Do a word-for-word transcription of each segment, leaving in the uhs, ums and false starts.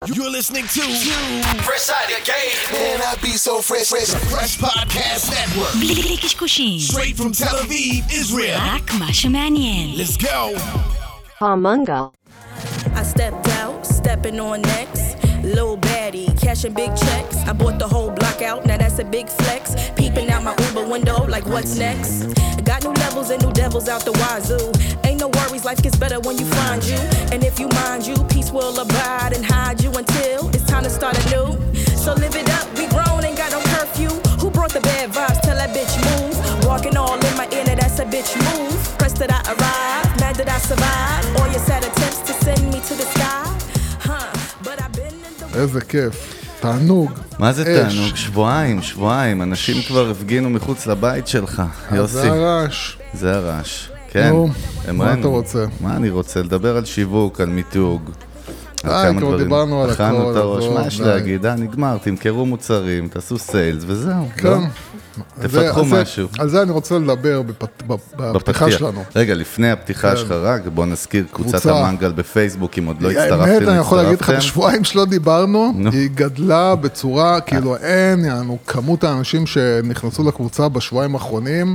You're listening to Fresh Out of the Game. Man, I be so fresh, fresh, fresh podcast network. בלי קשקושים. Straight from Tel Aviv, Israel. רק מה שמעניין. Let's go. Palmunga. I stepped out, stepping on necks. Lil baddie, cashing big checks. I bought the whole block out, now that's a big flex. Peeping out my Uber window, like what's next? Got new levels and new devils out the wazoo. Ain't no worries, life gets better when you find you. And if you mind you, peace will abide and hide you until it's time to start anew. So live it up, we grown, ain't got no curfew. Who brought the bad vibes? Tell that bitch move. Walking all in my inner, that's a bitch move. Pressed that I arrived, mad that I survived. All your sad attempts to send me to the sky. Huh, but I've been in the... איזה כיף, תענוג. מה זה תענוג? שבועיים, שבועיים. אנשים כבר הפגינו מחוץ לבית שלך, יוסי. זה הרעש. זה הרעש, כן. נו, מה אתה רוצה? מה אני רוצה? לדבר על שיווק, על מיתוג. אה, כבר דיברנו על הכל. הכנו את הראש, מה יש להגיד? אה, נגמר, תמכרו מוצרים, תעשו סיילס וזהו. כן. תפתחו משהו. על זה אני רוצה לדבר בפתיחה שלנו. רגע, לפני הפתיחה שלך רק, בוא נזכיר קבוצת המנגל בפייסבוק, אם עוד לא הצטרפתם. האמת, אני יכול להגיד לך, בשבועיים שלא דיברנו, היא גדלה בצורה, כאילו אין, יענו, כמות האנשים שנכנסו לקבוצה בשבועיים האחרונים,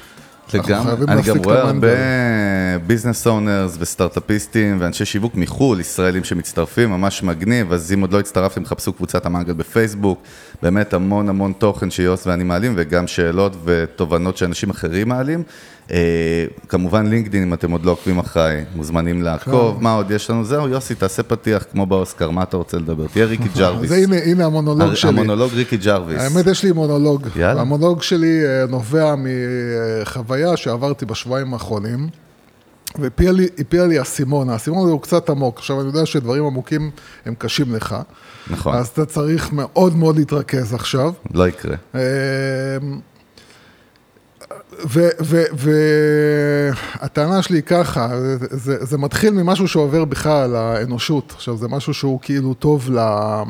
אני גם רואה הרבה ביזנס אונרס וסטארט-אפיסטים ואנשי שיווק מחול, ישראלים שמצטרפים, ממש מגניב, אז אם עוד לא הצטרפתם, חפשו קבוצת המנגל בפייסבוק, באמת המון המון תוכן שיוס ואני מעלים, וגם שאלות ותובנות שאנשים אחרים מעלים, כמובן לינקדין, אם אתם עוד לא עוקבים אחריי, מוזמנים לעקוב, מה עוד יש לנו? זהו, יוסי, תעשה פתיח כמו באוסקר, מה אתה רוצה לדבר? תהיה ריקי ג'רוויס. זה הנה המונולוג שלי. המונולוג ריקי ג'רוויס. האמת, יש לי מונולוג. המונולוג שלי נובע מחוויה שעברתי בשבועיים האחרונים, והפיע לי הסימון. הסימון הוא קצת עמוק. עכשיו, אני יודע שדברים עמוקים הם קשים לך. נכון. אז אתה צריך מאוד מאוד להתרכז עכשיו. לא יקרה. והטענה שלי ככה, זה, זה מתחיל ממשהו שעובר בכלל לאנושות. עכשיו, זה משהו שהוא כאילו טוב ל,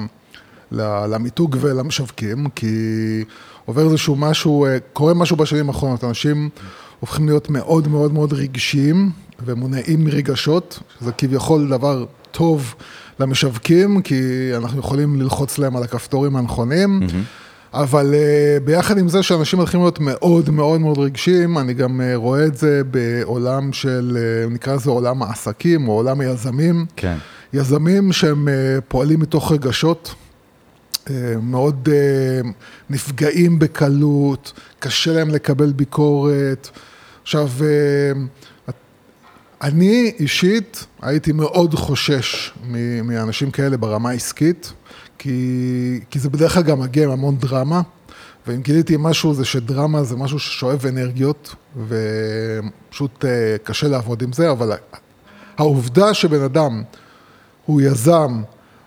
ל, למיתוג ולמשווקים, כי עובר איזשהו משהו, קורה משהו בשנים האחרונות, אנשים הופכים להיות מאוד מאוד מאוד רגשיים ומונעים מרגשות, שזה כביכול דבר טוב למשווקים, כי אנחנו יכולים ללחוץ להם על הכפתורים הנכונים, mm-hmm. אבל uh, ביחד עם זה שאנשים מתחילים להיות מאוד מאוד מאוד רגשיים, אני גם uh, רואה את זה בעולם של, uh, נקרא לזה עולם העסקים, או עולם היזמים. כן. יזמים שהם uh, פועלים מתוך רגשות, uh, מאוד uh, נפגעים בקלות, קשה להם לקבל ביקורת. עכשיו, uh, אני אישית הייתי מאוד חושש מאנשים כאלה ברמה העסקית, כי, כי זה בדרך כלל גם מגיע עם המון דרמה, ואם גיליתי משהו זה שדרמה זה משהו ששואב אנרגיות, ופשוט קשה לעבוד עם זה, אבל העובדה שבן אדם הוא יזם,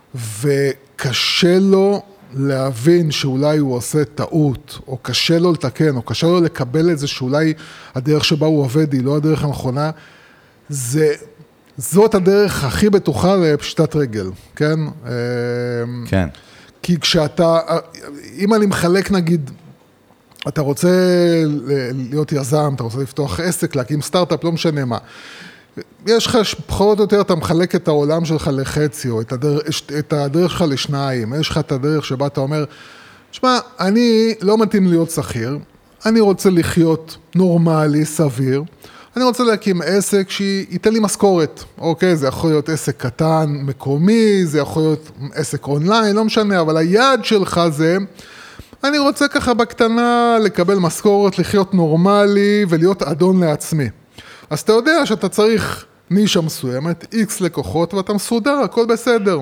וקשה לו להבין שאולי הוא עושה טעות, או קשה לו לתקן, או קשה לו לקבל את זה שאולי הדרך שבה הוא עובד היא לא הדרך הנכונה, זה... זאת הדרך הכי בטוחה לפשיטת רגל, כן? כן. כי כשאתה, אם אני מחלק נגיד, אתה רוצה להיות יזם, אתה רוצה לפתוח עסק, להקים סטארט-אפ, לא משנה מה. יש לך, פחות או יותר, אתה מחלק את העולם שלך לחצי, או את הדרך, את הדרך שלך לשניים. יש לך את הדרך שבה אתה אומר, שמע, אני לא מתאים להיות שכיר, אני רוצה לחיות נורמלי, סביר, אני רוצה להקים עסק שייתן לי משכורת, אוקיי? זה יכול להיות עסק קטן, מקומי, זה יכול להיות עסק אונליין, לא משנה, אבל היעד שלך זה, אני רוצה ככה בקטנה לקבל משכורת, לחיות נורמלי ולהיות אדון לעצמי. אז אתה יודע שאתה צריך נישה מסוימת, איקס לקוחות, ואתה מסודר, הכל בסדר.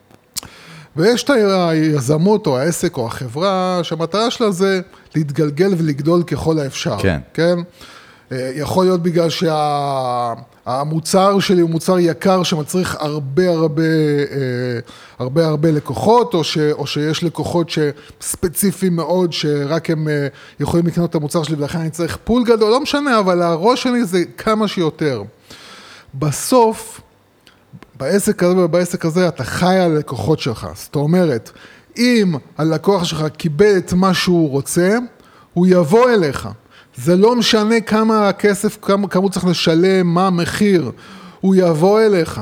ויש את היזמות או העסק או החברה, שהמטרה שלה זה להתגלגל ולגדול ככל האפשר. כן. כן? יכול להיות בגלל שהמוצר שלי הוא מוצר יקר שמצריך הרבה הרבה הרבה הרבה לקוחות, או, ש, או שיש לקוחות שספציפיים מאוד שרק הם יכולים לקנות את המוצר שלי ולכן אני צריך פול גדול, לא משנה, אבל הראש שלי זה כמה שיותר. בסוף, בעסק הזה ובעסק הזה אתה חי על הלקוחות שלך. זאת אומרת, אם הלקוח שלך קיבל את מה שהוא רוצה, הוא יבוא אליך. זה לא משנה כמה הכסף, כמה, כמה הוא צריך לשלם, מה המחיר, הוא יבוא אליך.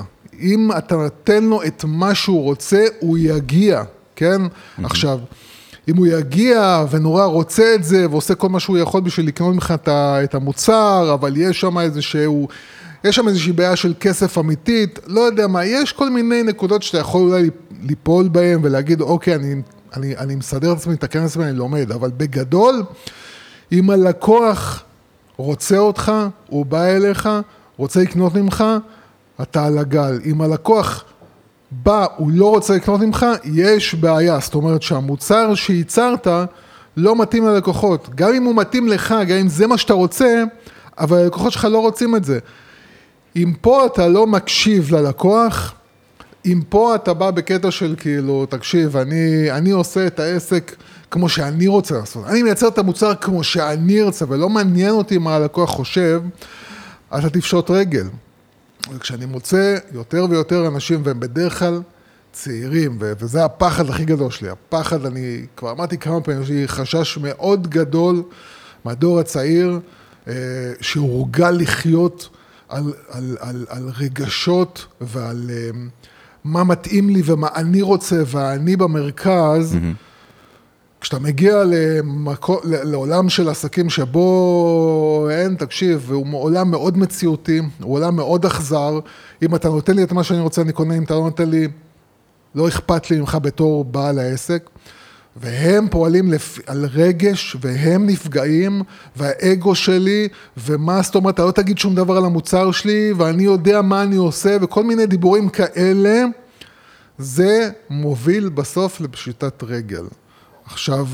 אם אתה נותן לו את מה שהוא רוצה, הוא יגיע, כן? Mm-hmm. עכשיו, אם הוא יגיע ונורא רוצה את זה, ועושה כל מה שהוא יכול בשביל לקנות ממך את המוצר, אבל יש שם איזשהו, יש שם איזושהי בעיה של כסף אמיתית, לא יודע מה, יש כל מיני נקודות שאתה יכול אולי ליפול בהן, ולהגיד, אוקיי, אני, אני, אני מסדר את עצמי, תקן את עצמי, אני לומד, אבל בגדול, אם הלקוח רוצה אותך, הוא בא אליך, רוצה לקנות ממך, אתה על הגל. אם הלקוח בא, הוא לא רוצה לקנות ממך, יש בעיה. זאת אומרת שהמוצר שייצרת לא מתאים ללקוחות. גם אם הוא מתאים לך, גם אם זה מה שאתה רוצה, אבל הלקוחות שלך לא רוצים את זה. אם פה אתה לא מקשיב ללקוח, אם פה אתה בא בקטע של כאילו, תקשיב, אני, אני עושה את העסק כמו שאני רוצה לעשות. אני מייצר את המוצר כמו שאני רוצה, ולא מעניין אותי מה הלקוח חושב, אתה תפשוט רגל. וכשאני מוצא יותר ויותר אנשים, והם בדרך כלל צעירים, וזה הפחד הכי גדול שלי. הפחד, אני כבר אמרתי כמה פעמים, יש לי חשש מאוד גדול מהדור הצעיר, שהורגל לחיות על, על, על, על רגשות ועל מה מתאים לי ומה אני רוצה, ואני במרכז, mm-hmm. כשאתה מגיע למקו, לעולם של עסקים שבו אין, תקשיב, הוא עולם מאוד מציאותי, הוא עולם מאוד אכזר, אם אתה נותן לי את מה שאני רוצה, אני קונה, אם אתה לא נותן לי, לא אכפת לי ממך בתור בעל העסק, והם פועלים לפ... על רגש, והם נפגעים, והאגו שלי, ומה זאת אומרת, אתה לא תגיד שום דבר על המוצר שלי, ואני יודע מה אני עושה, וכל מיני דיבורים כאלה, זה מוביל בסוף לפשיטת רגל. עכשיו,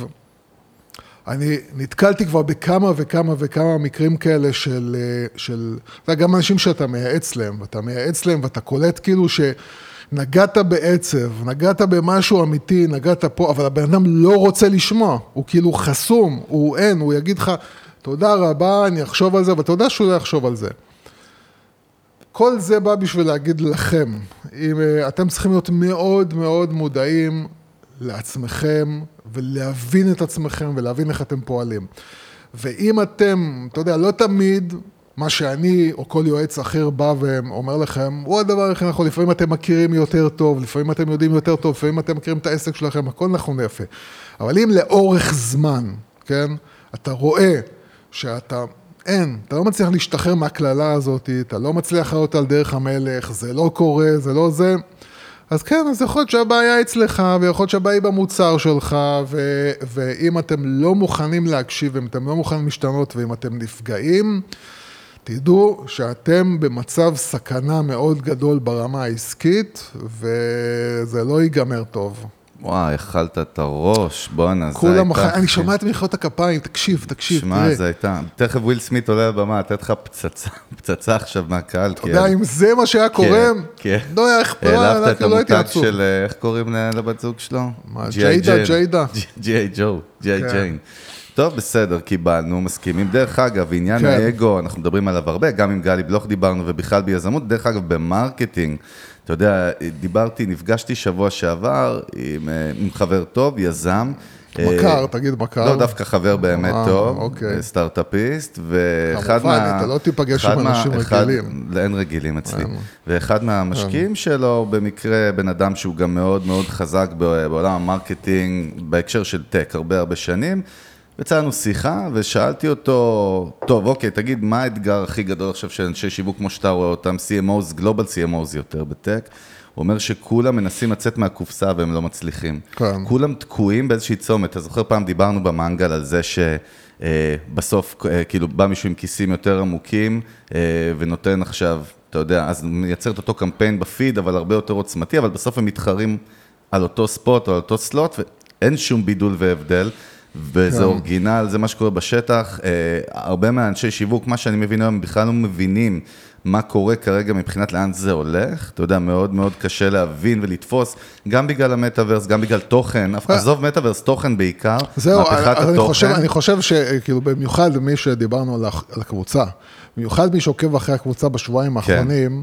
אני נתקלתי כבר בכמה וכמה וכמה מקרים כאלה של, של, זה גם אנשים שאתה מייעץ להם, ואתה מייעץ להם, ואתה קולט כאילו שנגעת בעצב, נגעת במשהו אמיתי, נגעת פה, אבל הבן אדם לא רוצה לשמוע, הוא כאילו חסום, הוא אין, הוא יגיד לך, תודה רבה, אני אחשוב על זה, ואתה יודע שהוא לא יחשוב על זה. כל זה בא בשביל להגיד לכם, אם אתם צריכים להיות מאוד מאוד מודעים לעצמכם, ולהבין את עצמכם, ולהבין איך אתם פועלים. ואם אתם, אתה יודע, לא תמיד, מה שאני או כל יועץ אחר בא ואומר לכם, הוא הדבר הכי נכון, לפעמים אתם מכירים יותר טוב, לפעמים אתם יודעים יותר טוב, לפעמים אתם מכירים את העסק שלכם, הכל נכון ויפה. אבל אם לאורך זמן, כן, אתה רואה שאתה, אין, אתה לא מצליח להשתחרר מהכללה הזאת, אתה לא מצליח להיות על דרך המלך, זה לא קורה, זה לא זה, אז כן, אז יכול להיות שהבעיה אצלך, ויכול להיות שהבעיה היא במוצר שלך, ו- ואם אתם לא מוכנים להקשיב, אם אתם לא מוכנים להשתנות, ואם אתם נפגעים, תדעו שאתם במצב סכנה מאוד גדול ברמה העסקית, וזה לא ייגמר טוב. וואי, אכלת את הראש, בואנה, זה הייתה... מח... אני שומע את מחיאות הכפיים, תקשיב, תקשיב, שמה, תראה. זה הייתה, תכף וויל סמית עולה לבמה, תתת לך פצצה, פצצה עכשיו מהקהל. אתה יודע, אם זה מה שהיה קורה, לא היה אכפרה, העלבת את המותג של, איך קוראים לבת זוג שלו? ג'יידה, ג'יידה. ג'יי ג'ו, ג'יי ג'יין. טוב, בסדר, קיבלנו, מסכימים. דרך אגב, עניין האגו, אנחנו מדברים עליו הרבה, גם עם גלי בלוך דיברנו, ובכלל ביזמות, דרך אגב, במרקטינג, אתה יודע, דיברתי, נפגשתי שבוע שעבר עם, עם חבר טוב, יזם. מכר, תגיד מכר. לא, דווקא חבר באמת טוב, סטארט-אפיסט, ואחד מה... כמובן, אתה לא תיפגש עם אנשים רגילים. אין רגילים אצלי. ואחד מהמשקיעים שלו, במקרה, בן אדם שהוא גם מאוד מאוד חזק בעולם המרקטינג, בהקשר של טק, הרבה הרבה שנים, יצאנו שיחה, ושאלתי אותו, טוב, אוקיי, תגיד, מה האתגר הכי גדול עכשיו של אנשי שיווק, כמו שאתה רואה אותם, סי אם או'ס, גלובל סי אם או'ס יותר בטק, הוא אומר שכולם מנסים לצאת מהקופסה והם לא מצליחים. כן. כולם תקועים באיזושהי צומת. אתה זוכר פעם דיברנו במנגל על זה שבסוף כאילו בא מישהו עם כיסים יותר עמוקים ונותן עכשיו, אתה יודע, אז מייצר את אותו קמפיין בפיד, אבל הרבה יותר עוצמתי, אבל בסוף הם מתחרים על אותו ספוט או על אותו סלוט, ואין שום בידול והבדל. וזה אורגינל, זה מה שקורה בשטח. הרבה מהאנשי שיווק, מה שאני מבין היום, בכלל לא מבינים מה קורה כרגע מבחינת לאן זה הולך. אתה יודע, מאוד מאוד קשה להבין ולתפוס, גם בגלל המטאברס, גם בגלל תוכן. עזוב מטאברס, תוכן בעיקר, מהפכת התוכן. אני חושב שכאילו במיוחד מי שדיברנו על הקבוצה, במיוחד מי שעוקב אחרי הקבוצה בשבועיים האחרונים,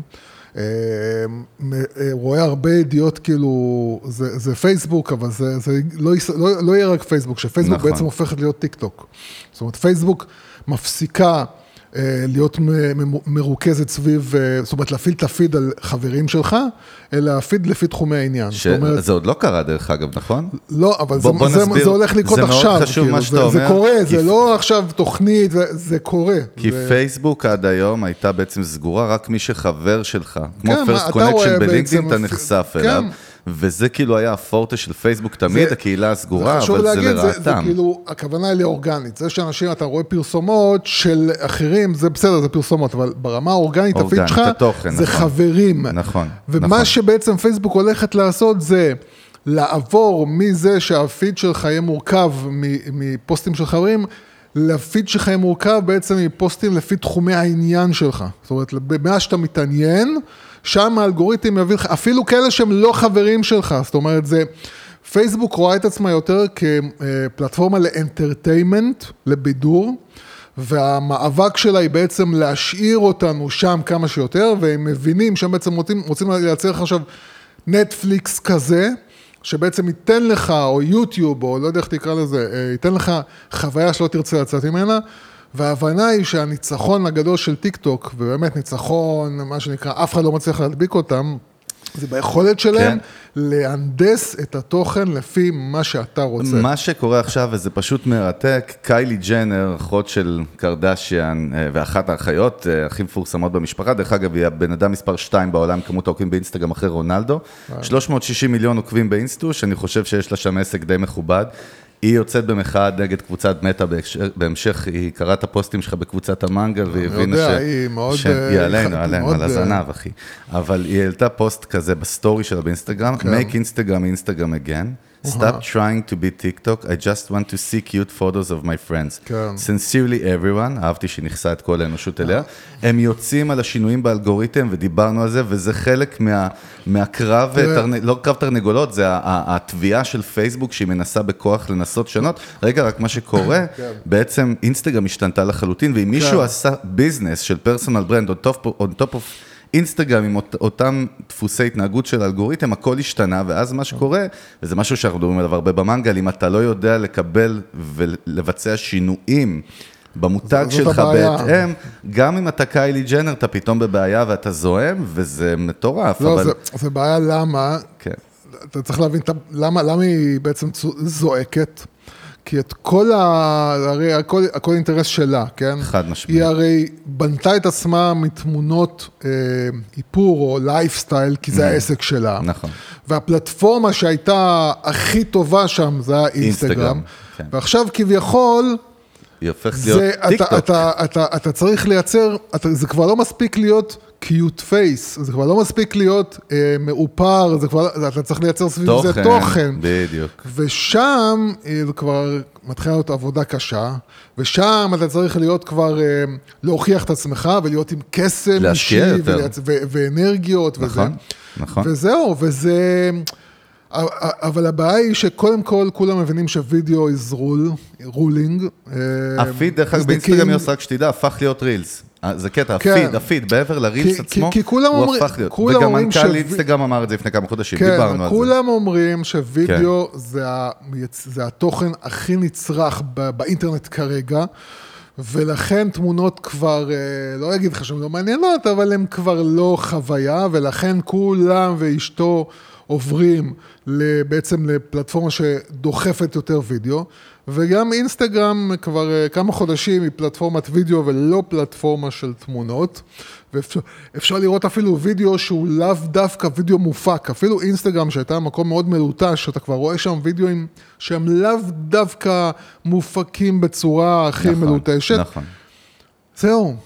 רואה הרבה ידיעות כאילו, זה, זה פייסבוק, אבל זה, זה לא, לא, לא יהיה רק פייסבוק, שפייסבוק נכון. בעצם הופכת להיות טיק טוק. זאת אומרת, פייסבוק מפסיקה להיות מרוכזת סביב, זאת אומרת, להפעיל את הפיד על חברים שלך, אלא הפיד לפי תחומי העניין. זה עוד לא קרה דרך אגב, נכון? לא, אבל זה הולך לקרות עכשיו. זה מאוד חשוב מה שאתה אומר. זה קורה, זה לא עכשיו תוכנית, זה קורה. כי פייסבוק עד היום הייתה בעצם סגורה, רק מי שחבר שלך, כמו פרסט קונקשן בלינקדאין, אתה נחשף אליו. וזה כאילו היה הפורטה של פייסבוק תמיד, הקהילה הסגורה, אבל זה לרעתם. זה כאילו, הכוונה היא לאורגנית. זה שאנשים, אתה רואה פרסומות של אחרים, זה בסדר, זה פרסומות, אבל ברמה האורגנית, הפיד שלך, זה חברים. נכון. ומה שבעצם פייסבוק הולכת לעשות זה, לעבור מזה שהפיד שלך יהיה מורכב מפוסטים של חברים, לפיד שלך יהיה מורכב בעצם מפוסטים לפי תחומי העניין שלך. זאת אומרת, במה שאתה מתעניין, שם האלגוריתם יביא לך, אפילו כאלה שהם לא חברים שלך, זאת אומרת, זה, פייסבוק רואה את עצמה יותר כפלטפורמה לאנטרטיימנט, לבידור, והמאבק שלה היא בעצם להשאיר אותנו שם כמה שיותר, והם מבינים שהם בעצם רוצים, רוצים לייצר לך עכשיו נטפליקס כזה, שבעצם ייתן לך, או יוטיוב, או לא יודע איך תקרא לזה, ייתן לך חוויה שלא תרצה לצאת ממנה, וההבנה היא שהניצחון הגדול של טיק טוק, ובאמת ניצחון, מה שנקרא, אף אחד לא מצליח להדביק אותם, זה ביכולת שלהם להנדס את התוכן לפי מה שאתה רוצה. מה שקורה עכשיו, וזה פשוט מרתק, קיילי ג'נר, אחות של קרדשיאן, ואחת האחיות הכי מפורסמות במשפחה, דרך אגב, היא הבן אדם מספר שתיים בעולם, כמות העוקבים באינסטגרם אחרי רונלדו, שלוש מאות ושישים מיליון עוקבים באינסטוש, אני חושב שיש לה שם עסק די מכובד, היא יוצאת במחאה נגד קבוצת מטא, בהמשך היא קראה את הפוסטים שלך בקבוצת המנגל, והיא הבינה שהיא עלינו, עלינו, על הזנב, אחי. אבל היא העלתה פוסט כזה בסטורי שלה באינסטגרם, make Instagram Instagram again, stop trying to be TikTok, I just want to see cute photos of my friends. Sincerely everyone, אהבתי שנכסה את כל האנושות אליה, הם יוצאים על השינויים באלגוריתם, ודיברנו על זה, וזה חלק מהקרב, לא קרב תרנגולות, זה התביעה של פייסבוק, שהיא מנסה בכוח לנסות שונות. רגע, רק מה שקורה, בעצם אינסטגרם השתנתה לחלוטין, ואם מישהו עשה ביזנס של פרסונל ברנד, on top of אינסטגרם עם אותם דפוסי התנהגות של האלגוריתם, הכל השתנה, ואז מה שקורה, וזה משהו שאנחנו מדברים עליו הרבה במנגל, אם אתה לא יודע לקבל ולבצע שינויים במותג שלך בהתאם, גם אם אתה קיילי ג'נר, אתה פתאום בבעיה ואתה זוהם, וזה מטורף. לא, זה בעיה למה, אתה צריך להבין למה היא בעצם זועקת, כי את כל ה... הרי הכל, הכל אינטרס שלה, כן? חד משמעית. היא הרי בנתה את עצמה מתמונות אה, איפור או לייפסטייל, כי זה העסק שלה. נכון. והפלטפורמה שהייתה הכי טובה שם, זה האינסטגרם. כן. ועכשיו כביכול... היא הופכת להיות טיק טוק. אתה, אתה, אתה, אתה צריך לייצר, אתה, זה כבר לא מספיק להיות קיוט פייס, זה כבר לא מספיק להיות אה, מאופר, זה כבר, אתה צריך לייצר סביב תוכן, זה תוכן. בדיוק. ושם אה, זה כבר מתחילה להיות עבודה קשה, ושם אתה צריך להיות כבר, אה, להוכיח את עצמך, ולהיות עם קסם אישי, ולייצ... ו- ואנרגיות, נכון, וזה. נכון. וזהו, וזה... אבל הבעיה היא שקודם כל כולם מבינים שווידאו is rule, ruling. הפיד, דרך אגב, באינסטגרם יוס, רק שתדע, הפך להיות רילס. זה קטע, הפיד, הפיד, בעבר לרילס עצמו, הוא הפך להיות. וגם מנכ"ל אינסטגרם אמר את זה לפני כמה חודשים, דיברנו על זה. כולם אומרים שווידאו זה התוכן הכי נצרך באינטרנט כרגע, ולכן תמונות כבר, לא אגיד לך שהן לא מעניינות, אבל הן כבר לא חוויה, ולכן כולם ואשתו עוברים בעצם לפלטפורמה שדוחפת יותר וידאו, וגם אינסטגרם כבר כמה חודשים היא פלטפורמת וידאו ולא פלטפורמה של תמונות, ואפשר לראות אפילו וידאו שהוא לאו דווקא וידאו מופק, אפילו אינסטגרם שהייתה מקום מאוד מלוטש, שאתה כבר רואה שם וידאוים שהם לאו דווקא מופקים בצורה הכי נכון, מלוטשת. נכון. זהו.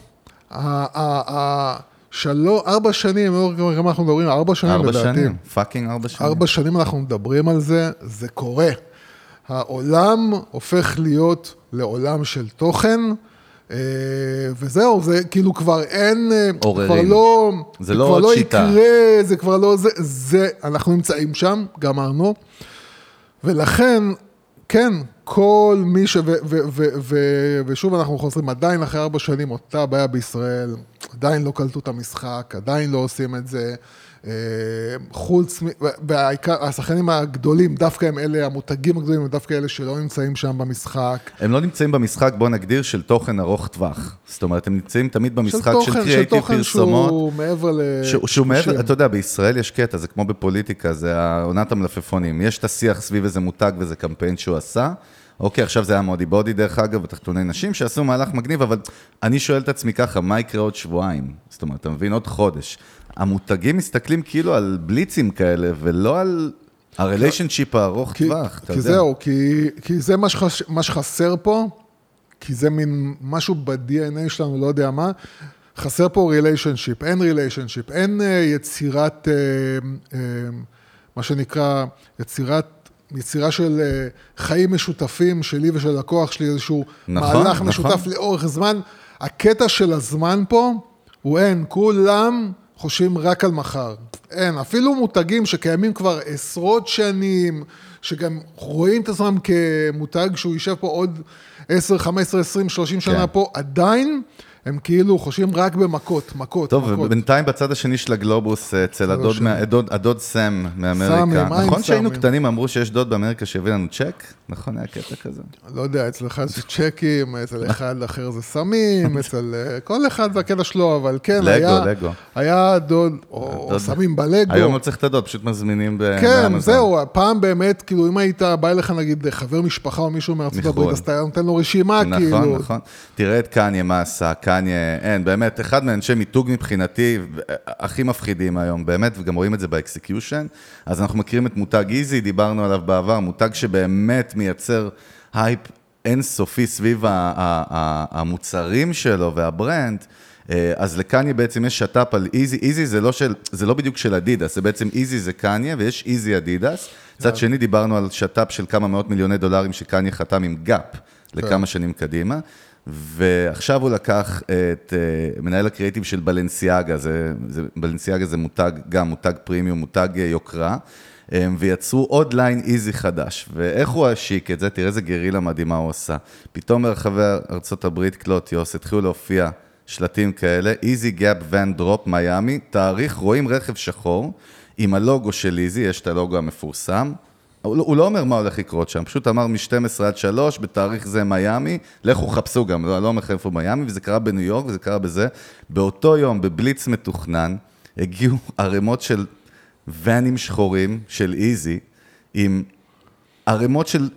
שלו, ארבע שנים, כמה אנחנו מדברים, ארבע שנים ארבע שנים, פאקינג ארבע שנים. ארבע שנים אנחנו מדברים על זה, זה קורה. העולם הופך להיות לעולם של תוכן, וזהו, זה כאילו כבר אין, עוררים. כבר לא, זה לא עוד שיטה. יקרה, זה כבר לא, זה, זה, אנחנו נמצאים שם, גמרנו, ולכן, כן, כל מי ש... ו, ו, ו, ו, ושוב אנחנו חוזרים, עדיין אחרי ארבע שנים, אותה הבעיה בישראל, עדיין לא קלטו את המשחק, עדיין לא עושים את זה, חוץ, והעיקר, השחקנים הגדולים, דווקא הם אלה, המותגים הגדולים, דווקא אלה שלא נמצאים שם במשחק. הם לא נמצאים במשחק, בוא נגדיר, של תוכן ארוך טווח. זאת אומרת, הם נמצאים תמיד במשחק של קריאייטיב פרסומות. של תוכן שהוא מעבר ל... שהוא מעבר, אתה יודע, בישראל יש קטע, זה כמו בפוליטיקה, זה העונת המלפפונים. יש את השיח סביב איזה מותג וזה קמפיין שהוא עשה. אוקיי, עכשיו זה היה מודי בודי, דרך אגב, ותחתוני נשים, שעשו מהלך מגניב, אבל אני שואל את עצמי ככה, מה יקרה עוד שבועיים? זאת אומרת, אתה מבין, עוד חודש. המותגים מסתכלים כאילו על בליצים כאלה, ולא על הריליישנשיפ הארוך טווח, אתה יודע. כי זהו, כי זה מה שחסר פה, כי זה מין משהו ב-די אן איי שלנו, לא יודע מה, חסר פה ריליישנשיפ, אין ריליישנשיפ, אין יצירת, מה שנקרא, יצירת, יצירה של חיים משותפים שלי ושל לקוח שלי, איזשהו נכון, מהלך נכון. משותף לאורך זמן. הקטע של הזמן פה הוא אין, כולם חושבים רק על מחר. אין, אפילו מותגים שקיימים כבר עשרות שנים, שגם רואים את עצמם כמותג שהוא יישב פה עוד עשר, חמש עשרה, עשרים, שלושים שנה כן. פה, עדיין הם כאילו חושבים רק במכות, מכות, טוב, מכות. ובינתיים בצד השני של הגלובוס, אצל הדוד, מה, הדוד, הדוד סם מאמריקה. סמי, נכון שהיינו קטנים, אמרו שיש דוד באמריקה שהביא לנו צ'ק? נכון, היה קטע כזה. לא יודע, אצלך זה צ'קים, אצל אחד אחר זה סמים, אצל כל אחד זה הקטע שלו, אבל כן, לגו, היה, לגו. היה דוד, או דוד. סמים בלגו. היום לא צריך את הדוד, פשוט מזמינים באמזון. כן, זהו, פעם באמת, כאילו, אם היית בא אליך, נגיד, חבר משפחה או מישהו מארצות הברית, אז אתה נותן לו רשימה, כאילו. נכון, נכון. תראה את קניה, מה עשה, קניה, אין, באמת, אחד מאנשי מיתוג מבחינתי, הכי מפחידים היום, באמת, וגם רואים את זה באקסקיושן, אז אנחנו מכירים את מותג איזי, דיברנו עליו בעבר, מותג שבאמת מייצר הייפ אינסופי סביב המוצרים שלו והברנד, אז לקניה בעצם יש שטאפ על איזי, איזי זה לא, של, זה לא בדיוק של אדידס, זה בעצם איזי זה קניה, ויש איזי אדידס, צד שני דיברנו על שטאפ של כמה מאות מיליוני דולרים שקניה חתם עם גאפ לכמה שנים קדימה, ועכשיו הוא לקח את מנהל הקריאיטיב של בלנסיאגה, זה, זה, בלנסיאגה זה מותג, גם מותג פרימיום, מותג יוקרה, ויצרו עוד ליין איזי חדש, ואיך הוא השיק את זה, תראה איזה גרילה מדהימה הוא עשה, פתאום מרחבי ארצות הברית, קלוטיוס, התחילו להופיע שלטים כאלה, איזי גאפ ון דרופ מיאמי, תאריך, רואים רכב שחור, עם הלוגו של איזי, יש את הלוגו המפורסם, הוא לא אומר מה הולך לקרות שם, פשוט אמר מ-שתים עשרה עד שלוש, בתאריך זה מיאמי, לכו חפשו גם, לא אומר איפה מיאמי, וזה קרה בניו יורק, וזה קרה בזה, באותו יום, בבליץ מתוכנן, הגיעו ערימות של ונים שחורים של איזי, עם ערימות של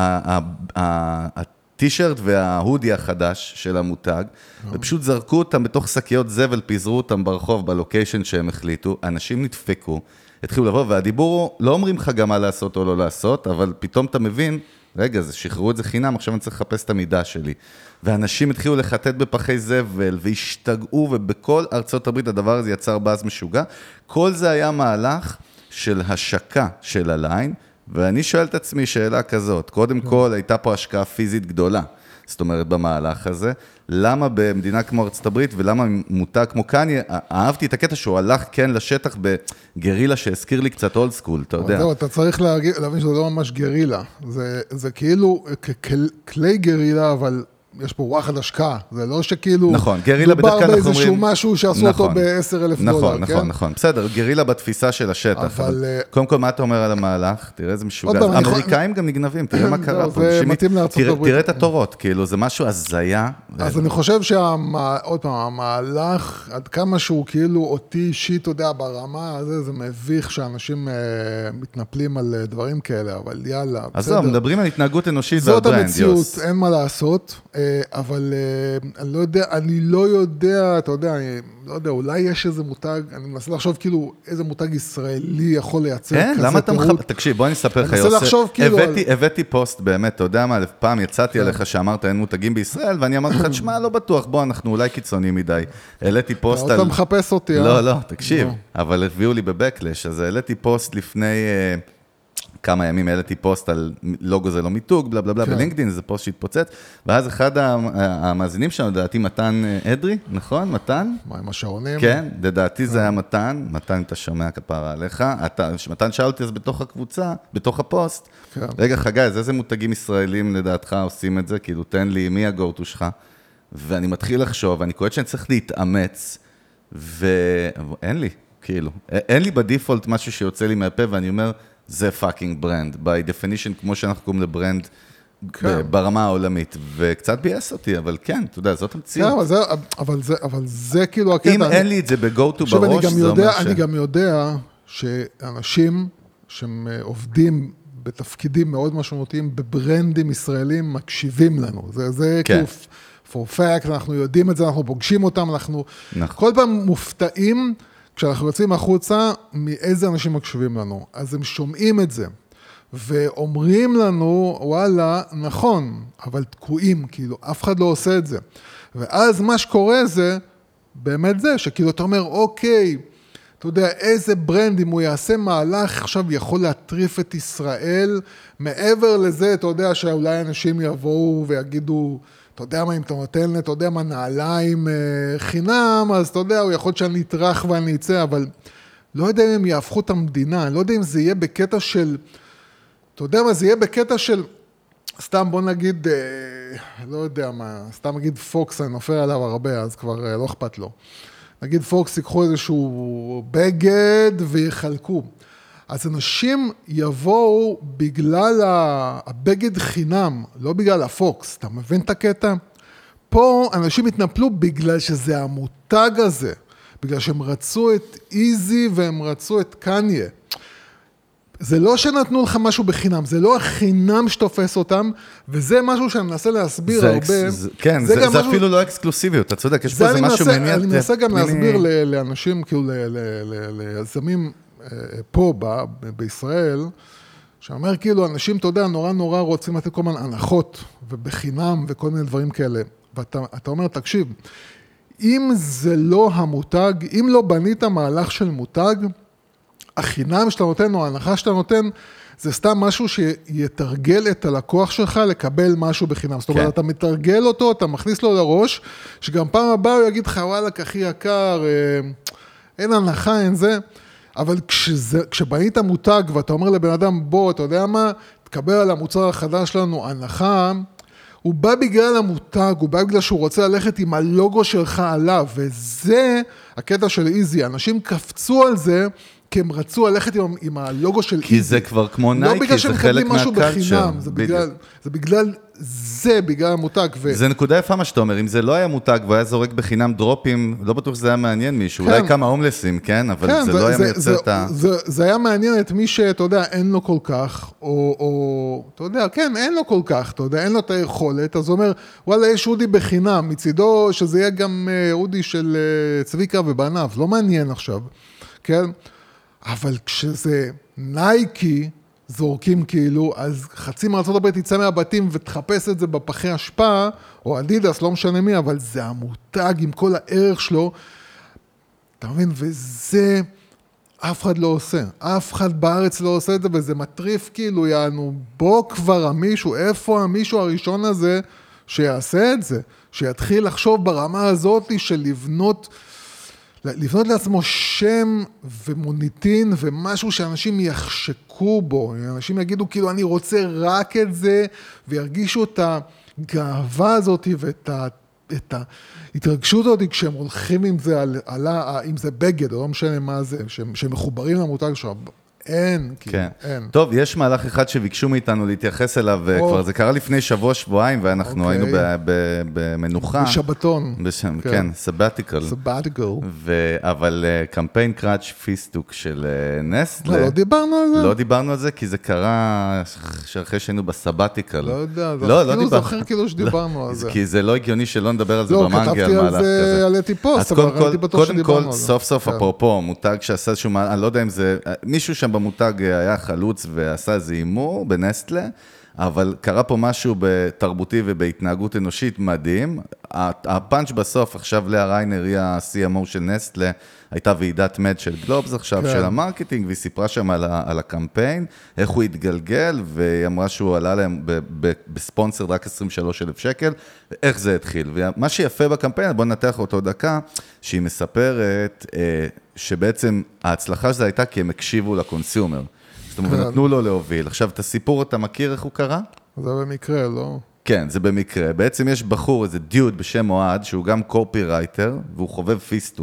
הטישרט וההודי החדש של המותג, ופשוט זרקו אותם בתוך שקיות זבל, פיזרו אותם ברחוב, בלוקיישן שהם החליטו, אנשים נדפקו, התחילו לבוא, והדיבור הוא, לא אומרים לך גם מה לעשות או לא לעשות, אבל פתאום אתה מבין, רגע, זה שחררו את זה חינם, עכשיו אני צריך לחפש את המידה שלי. ואנשים התחילו לחטט בפחי זבל, והשתגעו, ובכל ארצות הברית הדבר הזה יצר באז משוגע. כל זה היה מהלך של השקה של הליין, ואני שואל את עצמי שאלה כזאת, קודם כל הייתה פה השקעה פיזית גדולה, זאת אומרת במהלך הזה, למה במדינה כמו ארצות הברית, ולמה מותג כמו קניה, אהבתי את הקטע שהוא הלך כן לשטח בגרילה שהזכיר לי קצת אולד סקול, אתה יודע. זהו, אתה צריך להבין שזה לא ממש גרילה, זה, זה כאילו כלי גרילה, אבל יש פה וואחד השקעה, זה לא שכאילו... נכון, גרילה בדרך כלל אנחנו אומרים... דובר באיזשהו משהו שעשו נכון, אותו ב-עשר אלף נכון, דולר, נכון, כן? נכון, בסדר, גרילה בתפיסה של השטח, אבל... אבל... קודם כל, מה אתה אומר על המהלך? תראה איזה משוגע. אמריקאים גם נגנבים, תראה מה קרה פה. זה מתאים לארצות הברית. תראה את התורות, כאילו, זה משהו הזיה. אז אני חושב שעוד פעם, המהלך, עד כמה שהוא כאילו אותי אישית, אתה יודע, ברמה הזה, זה מביך שאנשים מתנפלים על דברים כאלה, אבל יאללה, בסדר. אז לא, מדברים על התנהגות אנושית ועל ברנד, יוס. זאת המציאות, אין מה לעשות, אבל אני לא יודע, אני לא יודע, אתה יודע, אני לא יודע, אולי יש איזה מותג, אני מנסה לחשוב כאילו איזה מותג ישראלי יכול לייצר כזה פירוט. כן, למה אתה מחפש? תקשיב, בוא אני אספר לך, יוסף. הבאתי פוסט באמת, אתה יודע מה, פעם יצאתי עליך שאמרת אין מותגים בישראל, ואני אמרתי לך, תשמע, לא בטוח, בוא, אנחנו אולי קיצוניים מדי. העליתי פוסט על... אתה מחפש אותי, אה? לא, לא, תקשיב, אבל הביאו לי בבקלש, אז העליתי פוסט לפני... כמה ימים העליתי פוסט על לוגו זה לא מיתוג, בלה בלה בלה, בלינקדין, זה פוסט שהתפוצץ, ואז אחד המאזינים שלנו, לדעתי מתן אדרי, נכון? מתן? מה עם השעונים? כן, לדעתי זה היה מתן, מתן אתה שומע כפרה עליך, מתן שאל אותי אז בתוך הקבוצה, בתוך הפוסט, רגע חגי, אז איזה מותגים ישראלים לדעתך עושים את זה? כאילו תן לי מי הגורטו שלך, ואני מתחיל לחשוב, ואני קוראת שאני צריך להתאמץ, ואין לי. כאילו. אין לי בדיפולט משהו שיוצא לי מהפה, ואני אומר, זה פאקינג ברנד, by definition, כמו שאנחנו קוראים לברנד, ברמה העולמית, וקצת בייס אותי, אבל כן, אתה יודע, זאת המציאות. אבל זה, אבל זה, אבל זה כאילו הקטע. אם אין לי את זה ב-go to בראש, זה אומר ש... אני גם יודע שאנשים שהם עובדים בתפקידים מאוד משמעותיים, בברנדים ישראלים, מקשיבים לנו. זה, זה כאילו, for fact, אנחנו יודעים את זה, אנחנו פוגשים אותם, אנחנו כל פעם מופתעים, כשאנחנו יוצאים החוצה, מאיזה אנשים מקשיבים לנו. אז הם שומעים את זה. ואומרים לנו, וואלה, נכון, אבל תקועים, כאילו, אף אחד לא עושה את זה. ואז מה שקורה זה, באמת זה, שכאילו אתה אומר, אוקיי, אתה יודע, איזה ברנד, אם הוא יעשה מהלך, עכשיו יכול להטריף את ישראל, מעבר לזה, אתה יודע, שאולי אנשים יבואו ויגידו, אתה יודע מה, אם אתה נותן לי, אתה יודע מה, נעליים חינם, אז אתה יודע, הוא יכול שאני אטרח ואני אצא, אבל לא יודע אם הם יהפכו את המדינה, לא יודע אם זה יהיה בקטע של... אתה יודע מה, זה יהיה בקטע של, סתם בוא נגיד, אה, לא יודע מה, סתם נגיד פוקס, אני נופל עליו הרבה, אז כבר אה, לא אכפת לו. נגיד פוקס ייקחו איזשהו בגד ויחלקו. אז אנשים יבואו בגלל הבגד חינם, לא בגלל הפוקס, אתה מבין את הקטע? פה אנשים התנפלו בגלל שזה המותג הזה, בגלל שהם רצו את איזי והם רצו את קניה. זה לא שנתנו לך משהו בחינם, זה לא החינם שתופס אותם, וזה משהו שאני מנסה להסביר הרבה. כן, זה אפילו לא אקסקלוסיביות, אתה צודק, יש פה איזה משהו מעניין. אני מנסה גם להסביר לאנשים, כאילו ליזמים פה בישראל, שאומר כאילו, אנשים, אתה יודע, נורא נורא רוצים לתת כל מיני הנחות, ובחינם וכל מיני דברים כאלה. ואתה אומר, תקשיב, אם זה לא המותג, אם לא בנית מהלך של מותג, החינם שאתה נותן או ההנחה שאתה נותן, זה סתם משהו שיתרגל את הלקוח שלך לקבל משהו בחינם. זאת אומרת, אתה מתרגל אותו, אתה מכניס לו לראש, שגם פעם הבאה הוא יגיד לך, וואלה, כחי יקר, אין הנחה, אין זה. אבל כשזה, כשבנית מותג ואתה אומר לבן אדם, בוא, אתה יודע מה, תקבל על המוצר החדש שלנו הנחה, הוא בא בגלל המותג, הוא בא בגלל שהוא רוצה ללכת עם הלוגו שלך עליו, וזה הקטע של איזי. אנשים קפצו על זה, כי הם רצו ללכת עם, עם הלוגו של כי איזי. זה כבר כמו נייקי, זה חלק מהקלצ'ר. זה בגלל, זה בגלל זה, בגלל המותג. ו... זה נקודה יפה מה שאתה אומר, אם זה לא היה מותג והיה זורק בחינם דרופים, לא בטוח שזה היה מעניין מישהו, כן. אולי כמה הומלסים, כן? אבל כן, זה לא היה זה, מייצר זה, את ה... זה, זה היה מעניין את מי שאתה יודע, אין לו כל כך, או, או אתה יודע, כן, אין לו כל כך, אתה יודע, אין לו את היכולת, אז הוא אומר, וואלה, יש אודי בחינם, מצידו שזה יהיה גם אודי של צביקה ובענב, לא מעניין עכשיו, כן? אבל כשזה נייקי, זורקים כאילו, אז חצי מארצות הברית יצא מהבתים ותחפש את זה בפחי השפעה, או אדידס, לא משנה מי, אבל זה המותג עם כל הערך שלו, אתה מבין? וזה אף אחד לא עושה. אף אחד בארץ לא עושה את זה, וזה מטריף כאילו, יענו, בוא כבר המישהו, איפה המישהו הראשון הזה שיעשה את זה? שיתחיל לחשוב ברמה הזאת של לבנות... לבנות לעצמו שם ומוניטין ומשהו שאנשים יחשקו בו, אנשים יגידו כאילו אני רוצה רק את זה, וירגישו את הגאווה הזאת ואת ה, את ההתרגשות הזאת כשהם הולכים עם זה, על, על, אם זה בגד או לא משנה מה זה, שהם, שהם מחוברים למותג שלו. אין, כן. אין. טוב, יש מהלך אחד שביקשו מאיתנו להתייחס אליו, כבר זה קרה לפני שבוע, שבועיים, ואנחנו היינו במנוחה. בשבתון. בשם, כן, סבטיקל. סבטיקל. אבל קמפיין קראץ' פיסטוק של נסטלה. לא דיברנו על זה? לא דיברנו על זה, כי זה קרה אחרי שהיינו בסבטיקל. לא יודע, כאילו זוכר כאילו שדיברנו על זה. כי זה לא הגיוני שלא נדבר על זה במנגה, על מהלך כזה. עליתי פוסט, אבל ראיתי בטוח שדיברנו על זה. קודם כל, סוף סוף, אפרופו, מותג שעשה איזשהו, אני לא יודע אם זה, מישהו שם במותג היה חלוץ ועשה איזה אימור בנסטלה, אבל קרה פה משהו בתרבותי ובהתנהגות אנושית מדהים. הפאנץ' בסוף, עכשיו לאה ריינר היא ה-סי אם או של נסטלה, הייתה ועידת מד של גלובס עכשיו, כן. של המרקטינג, והיא סיפרה שם על, על הקמפיין, איך הוא התגלגל, והיא אמרה שהוא עלה להם בספונסר רק עשרים ושלושה אלף שקל, ואיך זה התחיל. ומה שיפה בקמפיין, בוא נתח אותו דקה, שהיא מספרת שבעצם ההצלחה שלה הייתה כי הם הקשיבו לקונסיומר. זאת אומרת, נתנו לו להוביל. עכשיו, את הסיפור אתה מכיר איך הוא קרה? זה במקרה, לא? כן, זה במקרה. בעצם יש בחור, איזה דיוד בשם אוהד, שהוא גם קופי רייטר, והוא חובב פיסטוק.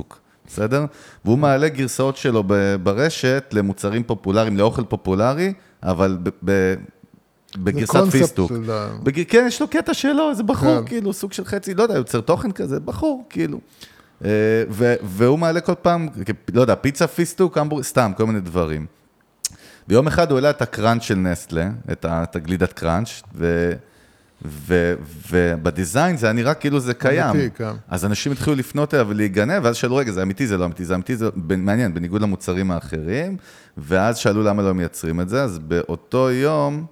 בסדר? והוא מעלה גרסאות שלו ברשת למוצרים פופולריים, לאוכל פופולרי, אבל בגרסת פיסטוק. כן, יש לו קטע שלו, זה בחור, כאילו, סוג של חצי, לא יודע, יוצר תוכן כזה, בחור, כאילו. והוא מעלה כל פעם, לא יודע, פיצה פיסטוק, סתם, כל מיני דברים. ביום אחד הוא העלה את הקראנץ' של נסטלה, את הגלידת קראנץ', ובדיזיין זה נראה כאילו זה קיים. אז אנשים התחילו לפנות אליו ולהיגנב, ואז שאלו, רגע, זה אמיתי, זה לא אמיתי, זה אמיתי, זה מעניין, בניגוד למוצרים האחרים, ואז שאלו למה לא מייצרים את זה, אז באותו יום,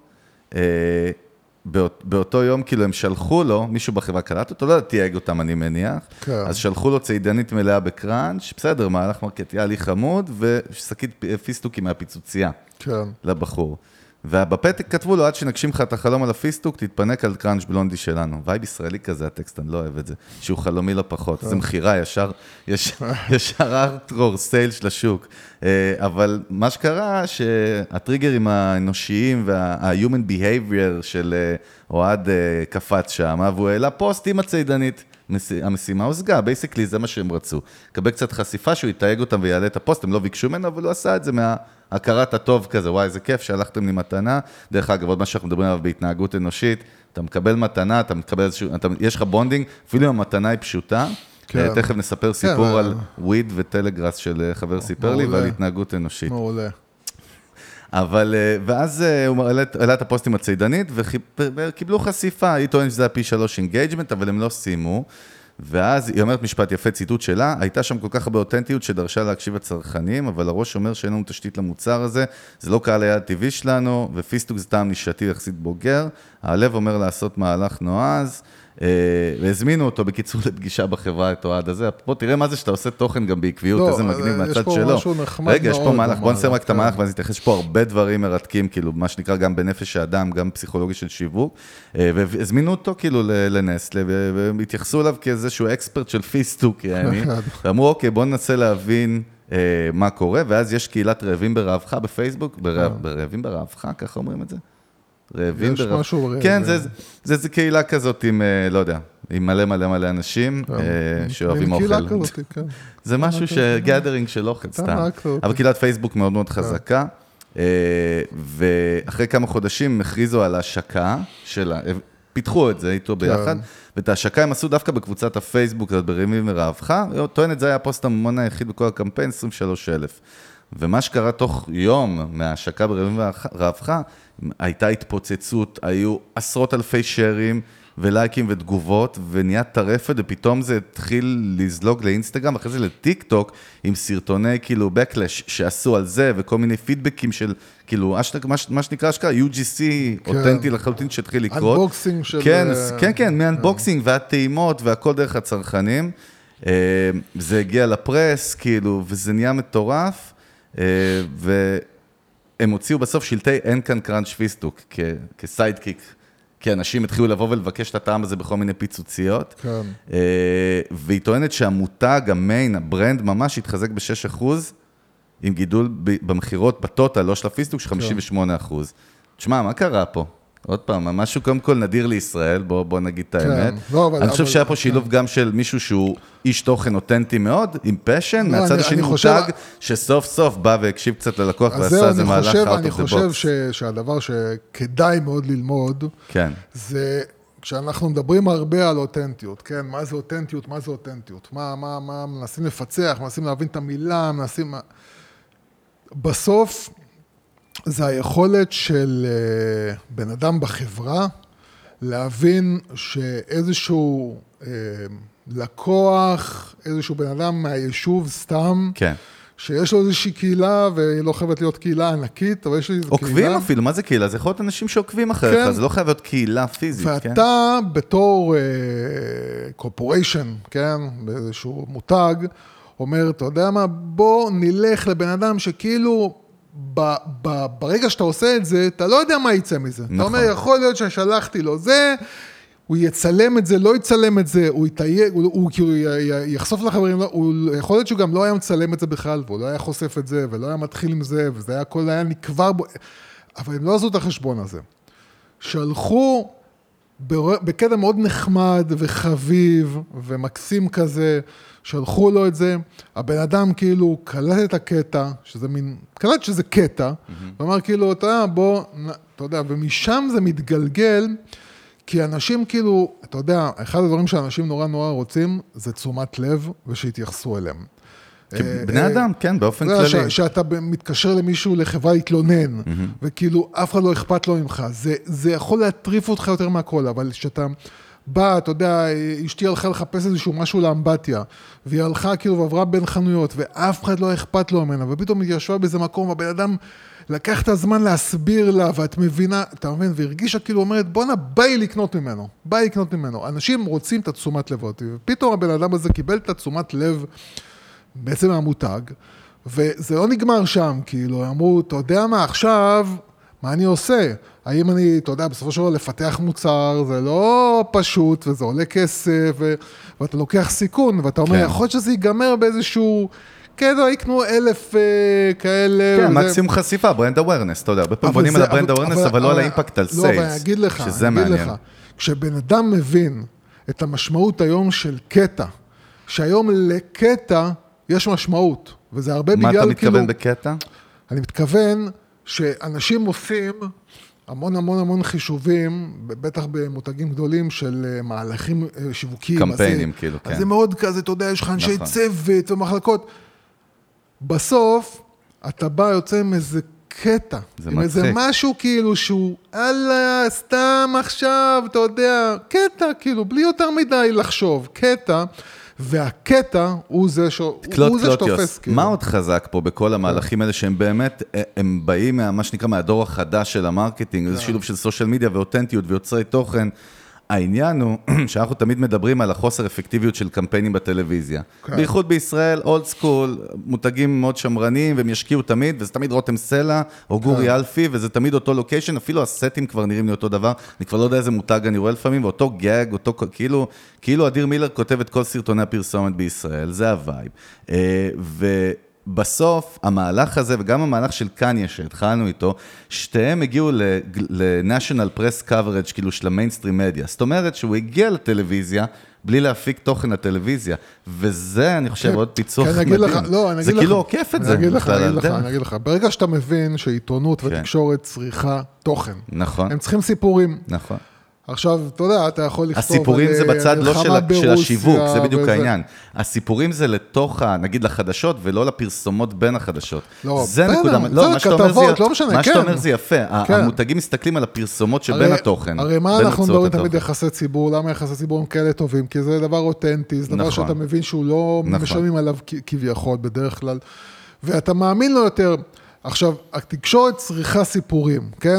באותו יום כאילו הם שלחו לו, מישהו בחברה קלט אותו, לא יודע, תייג אותם אני מניח, אז שלחו לו ציידנית מלאה בקראנץ', בסדר, מהלך מרקטיאלי חמוד, ושקית פיסטוקי מהפיצוצייה לבחור. ובפתק כתבו לו, עד שנגשים לך את החלום על הפיסטוק, תתפנק על קראנץ' בלונדי שלנו. וייב ישראלי כזה, הטקסט, אני לא אוהב את זה, שהוא חלומי לא פחות. זה מחירה, ישר, ישר ארטרור סייל של השוק. אבל מה שקרה, שהטריגרים האנושיים וה-human behavior של אוהד קפץ שם, והוא העלה פוסט עם הציידנית. המשימה הושגה, בייסיקלי זה מה שהם רצו. קבל קצת חשיפה שהוא יתייג אותם ויעלה את הפוסט, הם לא ביקשו ממנו, אבל הוא עשה את זה מההכרת הטוב כזה, וואי, זה כיף שהלכתם לי מתנה. דרך אגב, עוד מה שאנחנו מדברים עליו בהתנהגות אנושית, אתה מקבל מתנה, אתה מקבל איזשהו, אתה, יש לך בונדינג, אפילו אם המתנה היא פשוטה, כן. תכף נספר סיפור כן, על וויד וטלגראס של חבר סיפר לי, ועל התנהגות אנושית. מעולה. אבל, ואז הוא העלה את הפוסטים הציידנית, וקיבלו חשיפה, היא טוענת שזה היה פי שלוש אינגייג'מנט, אבל הם לא סיימו, ואז היא אומרת משפט יפה, ציטוט שלה, הייתה שם כל כך הרבה אותנטיות שדרשה להקשיב הצרכנים, אבל הראש אומר שאין לנו תשתית למוצר הזה, זה לא קהל היעד טבעי שלנו, ופיסטוק זה טעם נישתי יחסית בוגר, הלב אומר לעשות מהלך נועז, והזמינו אותו בקיצור לפגישה בחברה את אוהד הזה. בוא תראה מה זה שאתה עושה תוכן גם בעקביות, איזה מגניב מהצד שלו. רגע, יש פה מהלך, בוא נסיים רק את המהלך, ואז נתייחס, יש פה הרבה דברים מרתקים, כאילו, מה שנקרא גם בנפש האדם, גם פסיכולוגיה של שיווק, והזמינו אותו כאילו לנסטלה, והתייחסו אליו כאיזשהו אקספרט של פיסטוק, ואמרו, אוקיי, בוא ננסה להבין מה קורה, ואז יש קהילת רעבים ברעבך בפייסבוק, ברעבים ברעבך, ככה אומרים את זה? רעבים ברעב. כן, זה קהילה כזאת עם, לא יודע, עם מלא מלא מלא אנשים שאוהבים אוכל. זה משהו שגאדרינג של אוכל, סתם. אבל קהילת פייסבוק מאוד מאוד חזקה, ואחרי כמה חודשים הכריזו על השקה שלה, פיתחו את זה איתו ביחד, ואת ההשקה הם עשו דווקא בקבוצת הפייסבוק, ברעבים ברעבך, טוענת זה היה הפוסט הממון היחיד בכל הקמפיין, עשרים ושלושה אלף. ומה שקרה תוך יום מההשקה ברעבים ברעבך, הייתה התפוצצות, היו עשרות אלפי שרים ולייקים ותגובות, ונהיה טרפת, ופתאום זה התחיל לזלוג לאינסטגרם, אחרי זה לטיק טוק, עם סרטוני כאילו בקלש שעשו על זה, וכל מיני פידבקים של, כאילו, מה שנקרא השקעה, יו ג'י סי, אותנטי לחלוטין שהתחיל לקרות. אנבוקסינג של... כן, כן, כן, מאנבוקסינג והטעימות והכל דרך הצרכנים. זה הגיע לפרס, כאילו, וזה נהיה מטורף, ו... הם הוציאו בסוף שלטי אין כאן קראנץ' פיסטוק, כסיידקיק, כי אנשים התחילו לבוא ולבקש את הטעם הזה בכל מיני פיצוציות, כן. והיא טוענת שהמותג, המיין, הברנד, ממש התחזק ב-שש אחוז, עם גידול במחירות בטוטל, לא של הפיסטוק, של חמישים ושמונה אחוז. תשמע, מה קרה פה? עוד פעם, משהו קודם כל נדיר לישראל, בוא, בוא נגיד את האמת. אני חושב שהיה פה שילוב גם של מישהו שהוא איש תוכן אותנטי מאוד, עם פשן, מהצד השני מותג, שסוף סוף בא והקשיב קצת ללקוח, ועשה איזה מהלך out of the box. אני חושב שהדבר שכדאי מאוד ללמוד, זה כשאנחנו מדברים הרבה על אותנטיות, כן? מה זה אותנטיות, מה זה אותנטיות? מה, מה, מה, מנסים לפצח, מנסים להבין את המילה, מנסים... בסוף... זה היכולת של בן אדם בחברה להבין שאיזשהו לקוח, איזשהו בן אדם מהיישוב סתם, כן. שיש לו איזושהי קהילה, והיא לא חייבת להיות קהילה ענקית, אבל יש לי איזו קהילה. עוקבים אפילו, מה זה קהילה? זה יכול להיות אנשים שעוקבים אחריך, כן. זה לא חייב להיות קהילה פיזית. ואתה כן? בתור קורפוריישן, כן, באיזשהו מותג, אומר, אתה יודע מה, בוא נלך לבן אדם שכאילו... ב, ב, ברגע שאתה עושה את זה, אתה לא יודע מה יצא מזה. נכון. אתה אומר, יכול להיות ששלחתי לו זה, הוא יצלם את זה, לא יצלם את זה, הוא יתייג, הוא, הוא, הוא יחשוף לחברים, הוא, יכול להיות שהוא גם לא היה מצלם את זה בכלל, והוא לא היה חושף את זה, ולא היה מתחיל עם זה, וזה היה הכל היה נקבר בו, אבל הם לא עשו את החשבון הזה. שלחו בקטע מאוד נחמד וחביב ומקסים כזה, שלחו לו את זה, הבן אדם כאילו קלט את הקטע, שזה מין, קלט שזה קטע, ואמר כאילו, אתה יודע, בוא, אתה יודע, ומשם זה מתגלגל, כי אנשים כאילו, אתה יודע, אחד הדברים שאנשים נורא נורא רוצים, זה תשומת לב ושיתייחסו אליהם. בני אדם, כן, באופן כללי. שאתה מתקשר למישהו לחברה להתלונן, וכאילו אף אחד לא אכפת לו ממך, זה יכול להטריף אותך יותר מהכל, אבל שאתה בא, אתה יודע, אשתי הלכה לחפש איזשהו משהו לאמבטיה, והיא הלכה כאילו ועברה בין חנויות, ואף אחד לא אכפת לו ממנה, ופתאום היא ישבה באיזה מקום, והבן אדם לקח את הזמן להסביר לה, ואת מבינה, אתה מבין, והרגישה כאילו אומרת, בוא נה, ביי לקנות ממנו, ביי לקנות ממנו. אנשים רוצים את התשומת לב אותי, ופתאום הבן אדם הזה קיבל את התשומת לב בעצם מהמותג, וזה לא נגמר שם, כאילו, אמרו, אתה יודע מה, עכשיו, מה אני עושה? האם אני, אתה יודע, בסופו של דבר לפתח מוצר, זה לא פשוט, וזה עולה כסף, ו... ואתה לוקח סיכון, ואתה אומר, כן. יכול להיות שזה ייגמר באיזשהו, כן, יקנו אלף אה, כאלה. כן, וזה... מקסימום חשיפה, ברנד אווירנס, אתה יודע, הרבה פעמים בונים על הברנד אווירנס, אבל, אבל לא על האימפקט על סיילס, לא, אבל אני אגיד לך, שזה אני אגיד מעניין. לך, כשבן אדם מבין את המשמעות היום של קטע, שהיום לקטע יש משמעות, וזה הרבה בגלל כאילו... מה אתה מתכוון כאילו, בקטע? אני מתכוון שאנשים עושים המון המון המון חישובים, בטח במותגים גדולים של מהלכים שיווקיים. קמפיינים אז כאילו, אז כן. זה מאוד כזה, אתה יודע, יש לך אנשי נכון. צוות ומחלקות. בסוף, אתה בא יוצא עם איזה קטע, זה עם מצחיק. איזה משהו כאילו שהוא, אללה, סתם עכשיו, אתה יודע, קטע, כאילו, בלי יותר מדי לחשוב, קטע, והקטע הוא זה, ש... קלוט, הוא זה קלוט, שתופס. יוס. כאילו. מה עוד חזק פה בכל המהלכים האלה, שהם באמת, הם באים מה שנקרא מהדור החדש של המרקטינג, זה שילוב של סושיאל מדיה ואותנטיות ויוצרי תוכן. העניין הוא שאנחנו תמיד מדברים על החוסר אפקטיביות של קמפיינים בטלוויזיה. כן. בייחוד בישראל, אולד סקול, מותגים מאוד שמרניים, והם ישקיעו תמיד, וזה תמיד רותם סלע, או גורי אלפי, וזה תמיד אותו לוקיישן, אפילו הסטים כבר נראים לי אותו דבר, אני כבר לא יודע איזה מותג אני רואה לפעמים, ואותו גג, אותו, כאילו, כאילו אדיר מילר כותב את כל סרטוני הפרסומת בישראל, זה הווייב. ו... בסוף, המהלך הזה, וגם המהלך של קניה שהתחלנו איתו, שתיהם הגיעו ל-National Press Coverage, כאילו של המיינסטרים מדיה. זאת אומרת שהוא הגיע לטלוויזיה, בלי להפיק תוכן לטלוויזיה, וזה, אני חושב, עוד פיצוח מדהים. זה כאילו עוקף את זה. אני אגיד לך, אני אגיד לך, ברגע שאתה מבין שעיתונות ותקשורת צריכה תוכן. נכון. הם צריכים סיפורים. נכון. עכשיו, אתה יודע, אתה יכול לכתוב... הסיפורים זה בצד לא של, של השיווק, זה בדיוק וזה... העניין. הסיפורים זה לתוך, נגיד, לחדשות, ולא לפרסומות בין החדשות. לא, זה בין, נקודה... לא, מה שאתה אומר זה, לא משנה, מה כן. שאתה אומר זה יפה. כן. המותגים מסתכלים על הפרסומות שבין הרי, התוכן. הרי מה אנחנו מדברים תמיד יחסי ציבור? למה יחסי ציבור הם כאלה טובים? כי זה דבר אותנטי, זה דבר נכון. שאתה מבין שהוא לא נכון. משלמים עליו כביכול בדרך כלל. ואתה מאמין לו יותר. עכשיו, התקשורת צריכה סיפורים, כן?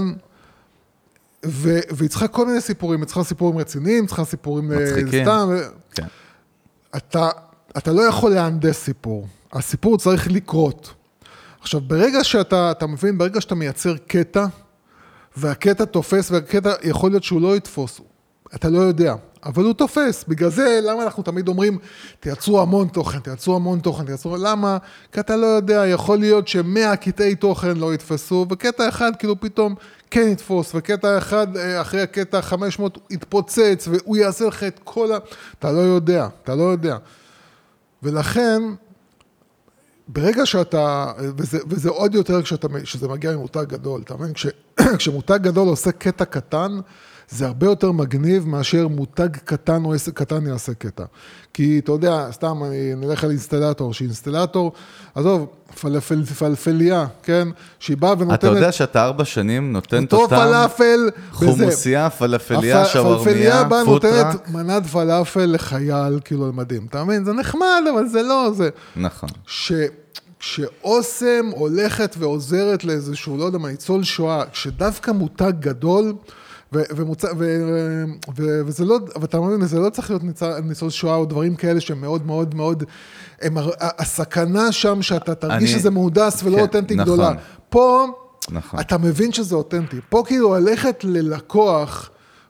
והיא צריכה כל מיני סיפורים, היא צריכה סיפורים רציניים, היא צריכה סיפורים סתם. כן. אתה, אתה לא יכול להנדס סיפור. הסיפור צריך לקרות. עכשיו, ברגע שאתה, אתה מבין, ברגע שאתה מייצר קטע, והקטע תופס, והקטע יכול להיות שהוא לא יתפוס, אתה לא יודע, אבל הוא תופס. בגלל זה, למה אנחנו תמיד אומרים, תייצרו המון תוכן, תייצרו המון תוכן, תייצרו, למה? כי אתה לא יודע, יכול להיות שמאה קטעי תוכן לא יתפסו, וקטע אחד כאילו פתאום כן יתפוס, וקטע אחד אחרי הקטע חמש מאות יתפוצץ, והוא יעשה לך את כל ה... אתה לא יודע, אתה לא יודע. ולכן, ברגע שאתה, וזה, וזה עוד יותר כשאתה, שזה מגיע ממותג גדול, אתה מבין? כש, כשמותג גדול עושה קטע קטן, זה הרבה יותר מגניב מאשר מותג קטן או עסק קטן יעשה קטע. כי אתה יודע, סתם אני נלך על אינסטלטור, שאינסטלטור, עזוב, פלפל, פלפליה, כן? שהיא באה ונותנת... אתה יודע שאתה ארבע שנים נותנת אותם... אותו פלאפל... חומוסיה, פלפליה, שווארמיה, פלפליה באה פוטרק. נותנת מנת פלאפל לחייל, כאילו למדים. אתה מבין? זה נחמד, אבל זה לא, זה... נכון. ש... כשאוסם הולכת ועוזרת לאיזשהו, לא יודע מה, ניצול שואה, כשדווקא מותג גדול... ומוצא, ו, ו, וזה לא, ואתה מבין, זה לא צריך להיות ניצול שואה או דברים כאלה שהם מאוד מאוד מאוד, הם, הסכנה שם שאתה תרגיש שזה מהודס ולא אותנטי גדולה. פה, אתה מבין שזה אותנטי. פה כאילו הלכת ללקוח,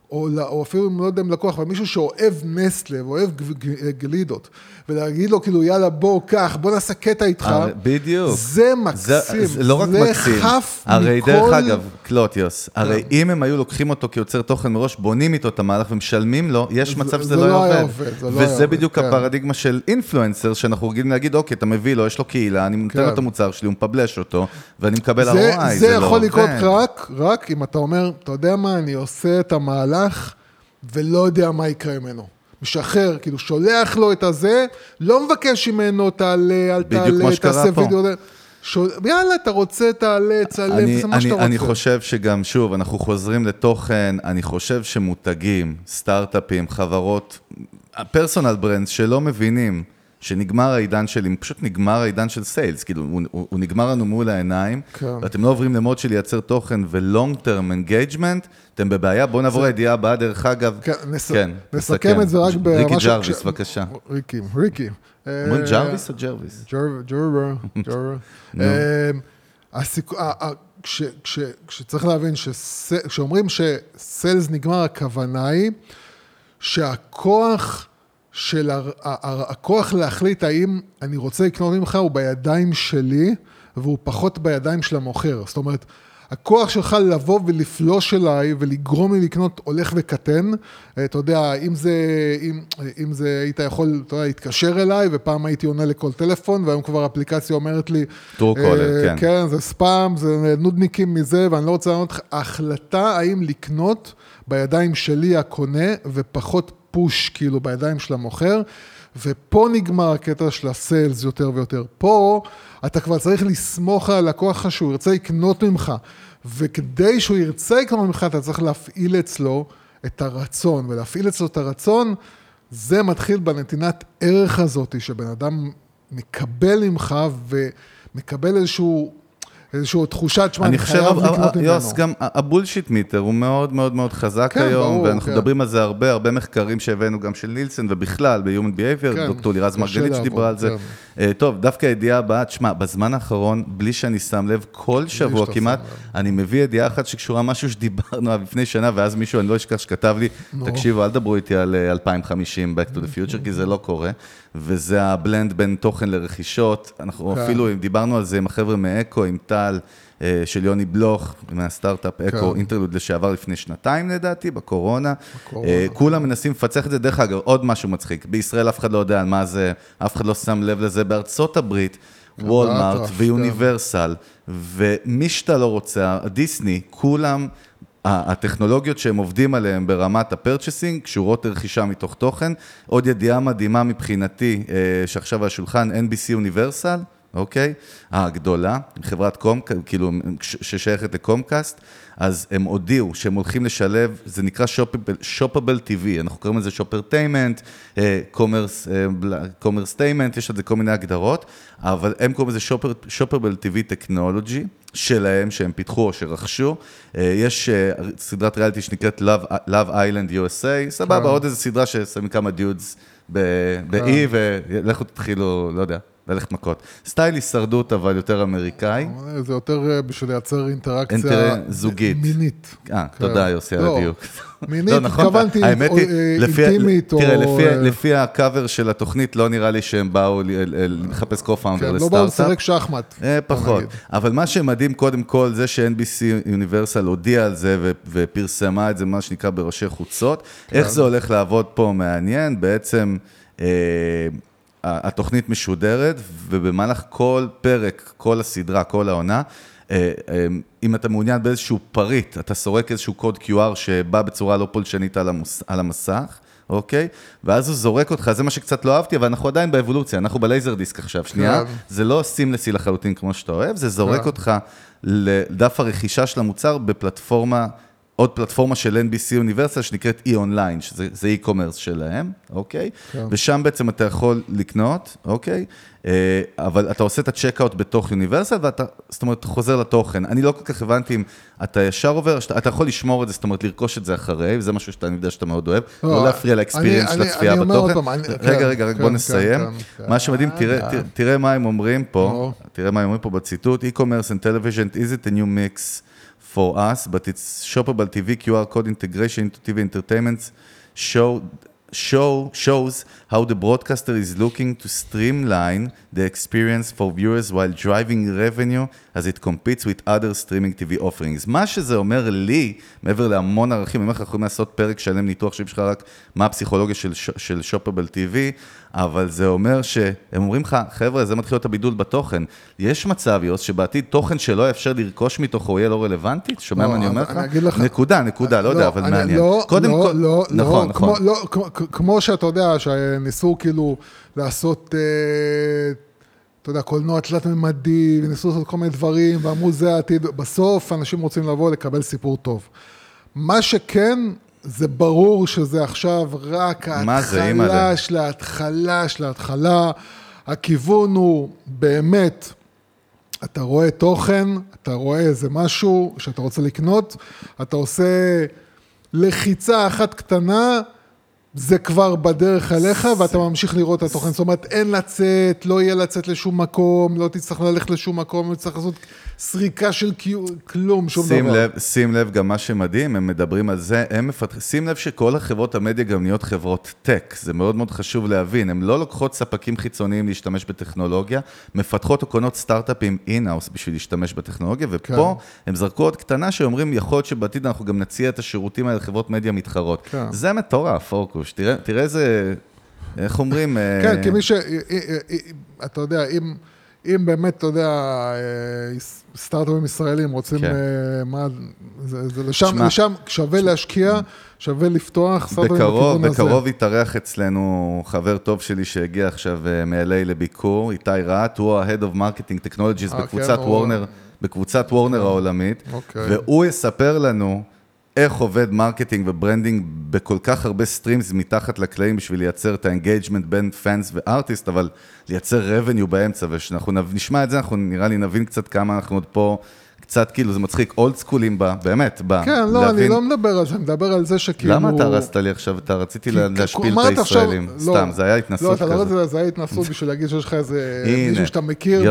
או, או אפילו אם לא יודע אם לקוח, אבל מישהו שאוהב נסטלה, ואוהב גלידות, ולהגיד לו כאילו, יאללה, בוא, קח, בוא נעשה קטע איתך. בדיוק. זה מקסים. זה, זה לא רק זה מקסים. חף הרי מכל... דרך אגב, קלוטיוס, הרי אם הם היו לוקחים אותו כיוצר תוכן מראש, בונים איתו את המהלך ומשלמים לו, יש מצב שזה לא יעובד. וזה בדיוק הפרדיגמה של אינפלואנסר, שאנחנו רגילים להגיד, אוקיי, אתה מביא לו, יש לו קהילה, אני נותן לו את המוצר שלי, הוא מבבלש אותו, ואני מקבל ארוואי. זה יכול לקרות רק, רק אם אתה אומר, אתה יודע מה, אני עושה את המהלך, ולא יודע מה יקרה ממנו. משחרר, כאילו שולח לו את הזה, לא מבקש ממנו, תעלה, אל תעלה, תעשה וידאו. שול... יאללה, אתה רוצה, תעלה, צלם, זה מה שאתה רוצה. אני חושב שגם, שוב, אנחנו חוזרים לתוכן, אני חושב שמותגים, סטארט-אפים, חברות, פרסונל ברנדס שלא מבינים שנגמר העידן שלי, פשוט נגמר העידן של סיילס, כאילו, הוא, הוא, הוא נגמר לנו מול העיניים, כן. ואתם לא עוברים למוד של לייצר תוכן ו-long term engagement, אתם בבעיה, בואו נעבור הידיעה הבאה, דרך אגב, כן, נס... כן, נסכם את זה רק ברמה ריקי ג'רוויס, בבקשה. ריקי, ריקי. אומרים ג'רוויס או ג'רוויס? ג'רוויר, ג'רוויר. כשצריך להבין, כשאומרים שסיילס נגמר, הכוונה היא שהכוח... של הכוח להחליט האם אני רוצה לקנות ממך הוא בידיים שלי, והוא פחות בידיים של המוכר. זאת אומרת, הכוח שלך לבוא ולפלוש אליי ולגרום לי לקנות הולך וקטן, אתה יודע, אם זה, אם, אם זה היית יכול, אתה יודע, להתקשר אליי, ופעם הייתי עונה לכל טלפון, והיום כבר האפליקציה אומרת לי, טורקולר, כן. כן, זה ספאם, זה נודניקים מזה, ואני לא רוצה לענות לך, ההחלטה האם לקנות בידיים שלי הקונה, ופחות פוש כאילו בידיים של המוכר, ופה נגמר הקטע של הסיילס יותר ויותר. פה אתה כבר צריך לסמוך על הלקוח שהוא ירצה לקנות ממך, וכדי שהוא ירצה לקנות ממך, אתה צריך להפעיל אצלו את הרצון, ולהפעיל אצלו את הרצון, זה מתחיל בנתינת ערך הזאת, שבן אדם מקבל ממך, ומקבל איזשהו... איזושהי תחושה, תשמע, אני חייב לקנות ממנו. יוס, גם הבולשיט מיטר הוא מאוד מאוד מאוד חזק היום, ואנחנו מדברים על זה הרבה, הרבה מחקרים שהבאנו גם של נילסון, ובכלל, ב-Human Behavior, דוקטור לירז מרגלית שדיברה על זה. טוב, דווקא הידיעה הבאה, תשמע, בזמן האחרון, בלי שאני שם לב, כל שבוע כמעט, אני מביא ידיעה אחת שקשורה משהו שדיברנו לפני שנה, ואז מישהו, אני לא אשכח, שכתב לי, תקשיבו, אל דברו איתי על אלפיים וחמישים, Back to the Future, כי זה לא קורה, וזה הבלנד בין תוכן לרכישות, אנחנו אפילו דיברנו על זה עם החבר'ה מאקו, עם טל, של יוני בלוך, מהסטארט-אפ אקו, אינטרלוד לשעבר לפני שנתיים לדעתי, בקורונה. כולם מנסים לפצח את זה, דרך אגב, עוד משהו מצחיק. בישראל אף אחד לא יודע על מה זה, אף אחד לא שם לב לזה. בארצות הברית, וולמארט ויוניברסל, ומי שאתה לא רוצה, דיסני, כולם, הטכנולוגיות שהם עובדים עליהן ברמת הפרצ'סינג, קשורות לרכישה מתוך תוכן. עוד ידיעה מדהימה מבחינתי, שעכשיו על השולחן, אן בי סי יוניברסל, אוקיי? הגדולה, חברת קום, כאילו, ששייכת לקומקאסט, אז הם הודיעו שהם הולכים לשלב, זה נקרא שופבל טי וי, אנחנו קוראים לזה שופרטיימנט, קומרסטיימנט, יש לזה כל מיני הגדרות, אבל הם קוראים לזה שופבל טי וי טכנולוגי, שלהם, שהם פיתחו או שרכשו, יש סדרת ריאליטי שנקראת Love Island יו אס איי, סבבה, עוד איזו סדרה ששמים כמה דיודס באי, ולכו תתחילו, לא יודע, ללכת מכות. סטייל הישרדות, אבל יותר אמריקאי. זה יותר בשביל לייצר אינטראקציה זוגית. מינית. אה, לחפש יוסי, על הדיוק. מינית, התכוונתי אינטימית. תראה, לפי הקאבר של התוכנית, לא נראה לי שהם באו לחפש קו-פאונדר לסטארט-אפ. לא באו לשחק שחמט. פחות. אבל מה שמדהים קודם כל, זה ש-אן בי סי Universal הודיע על זה, ופרסמה את זה, מה שנקרא בראשי חוצות. איך זה הולך לעבוד פה מעניין? בעצם... התוכנית משודרת, ובמהלך כל פרק, כל הסדרה, כל העונה, אם אתה מעוניין באיזשהו פריט, אתה סורק איזשהו קוד קיו אר שבא בצורה לא פולשנית על המסך, אוקיי? ואז הוא זורק אותך, זה מה שקצת לא אהבתי, אבל אנחנו עדיין באבולוציה, אנחנו בלייזר דיסק עכשיו, שנייה, זה לא סימלסי לחלוטין כמו שאתה אוהב, זה זורק אותך לדף הרכישה של המוצר בפלטפורמה, עוד פלטפורמה של אן בי סי Universal שנקראת e-online, שזה e-commerce שלהם, אוקיי? ושם בעצם אתה יכול לקנות, אוקיי? אבל אתה עושה את הצ'ק-אוט בתוך Universal, ואתה, זאת אומרת, חוזר לתוכן. אני לא כל כך הבנתי אם אתה ישר עובר, אתה יכול לשמור את זה, זאת אומרת, לרכוש את זה אחרי, וזה משהו שאתה יודע שאתה מאוד אוהב, לא להפריע לאקספיריאנס של הצפייה בתוכן. רגע, רגע, רק בוא נסיים. מה שמדהים, תראה מה הם אומרים פה, תראה מה הם אומרים פה בציטוט, e-commerce and television, is it a new mix for us, but it's shoppable T V Q R code integration into T V entertainments show show shows how the broadcaster is looking to streamline the experience for viewers while driving revenue as it competes with other streaming T V offerings. מה שזה אומר לי, מעבר להמון ערכים, אם אנחנו יכולים לעשות פרק שלם ניתוח שיש לך רק מה הפסיכולוגיה של, של shoppable T V, אבל זה אומר שהם אומרים לך, חבר'ה, זה מתחיל להיות הבידול בתוכן. יש מצב, יוס, שבעתיד תוכן שלא יאפשר לרכוש מתוכו יהיה לא רלוונטי? שומע מה אני אומר לך? נקודה, נקודה, לא יודע, אבל מעניין. קודם כל, נכון, נכון. כמו שאתה יודע, שניסו כאילו לעשות, אתה יודע, קולנוע תלת-ממדי, וניסו לעשות כל מיני דברים, ואמרו זה העתיד, בסוף אנשים רוצים לבוא לקבל סיפור טוב. מה שכן, זה ברור שזה עכשיו רק ההתחלה של ההתחלה של ההתחלה, הכיוון הוא באמת, אתה רואה תוכן, אתה רואה איזה משהו שאתה רוצה לקנות, אתה עושה לחיצה אחת קטנה, זה כבר בדרך אליך, ואתה ממשיך לראות את התוכן. זאת אומרת, אין לצאת, לא יהיה לצאת לשום מקום, לא תצטרך ללכת לשום מקום, לא תצטרך לעשות סריקה של כלום, שום שים דבר. לב, שים לב גם מה שמדהים, הם מדברים על זה, הם מפתחים, שים לב שכל החברות המדיה גם נהיות חברות טק, זה מאוד מאוד חשוב להבין, הם לא לוקחות ספקים חיצוניים להשתמש בטכנולוגיה, מפתחות או קונות סטארט-אפים אין-האוס בשביל להשתמש בטכנולוגיה, ופה כן. הם זרקו עוד קטנה שאומרים, יכול להיות שבעתיד אנחנו גם נציע את השירותים האלה לחברות מדיה מתחרות. כן. זה מטורף, פורקוש, תראה, תראה איזה, איך אומרים? כן, כי מי ש... אתה יודע, אם... אם באמת, אתה יודע, סטארט-אפים ישראלים רוצים, מה, זה לשם שווה להשקיע, שווה לפתוח, סטארט-אפים בכיוון הזה. בקרוב יתארח אצלנו חבר טוב שלי שהגיע עכשיו מ-אל איי לביקור, איתי רעת, הוא ה-Head of Marketing Technologies בקבוצת וורנר, בקבוצת וורנר העולמית, והוא יספר לנו איך עובד מרקטינג וברנדינג בכל כך הרבה סטרימס מתחת לקלעים בשביל לייצר את האנגייג'מנט בין פאנס וארטיסט, אבל לייצר רבניו באמצע, ושאנחנו נשמע את זה, אנחנו נראה לי נבין קצת כמה אנחנו עוד פה, קצת כאילו זה מצחיק, אולד סקולים בה, באמת, בה. כן, לא, אני לא מדבר על זה, אני מדבר על זה שכאילו... למה אתה הרסת לי עכשיו? אתה רציתי להשפיל את הישראלים. סתם, זה היה התנסות כזה. לא, אתה לא רצית, זה היה התנסות בשביל להגיד שיש לך איזה מישהו שאתה מכיר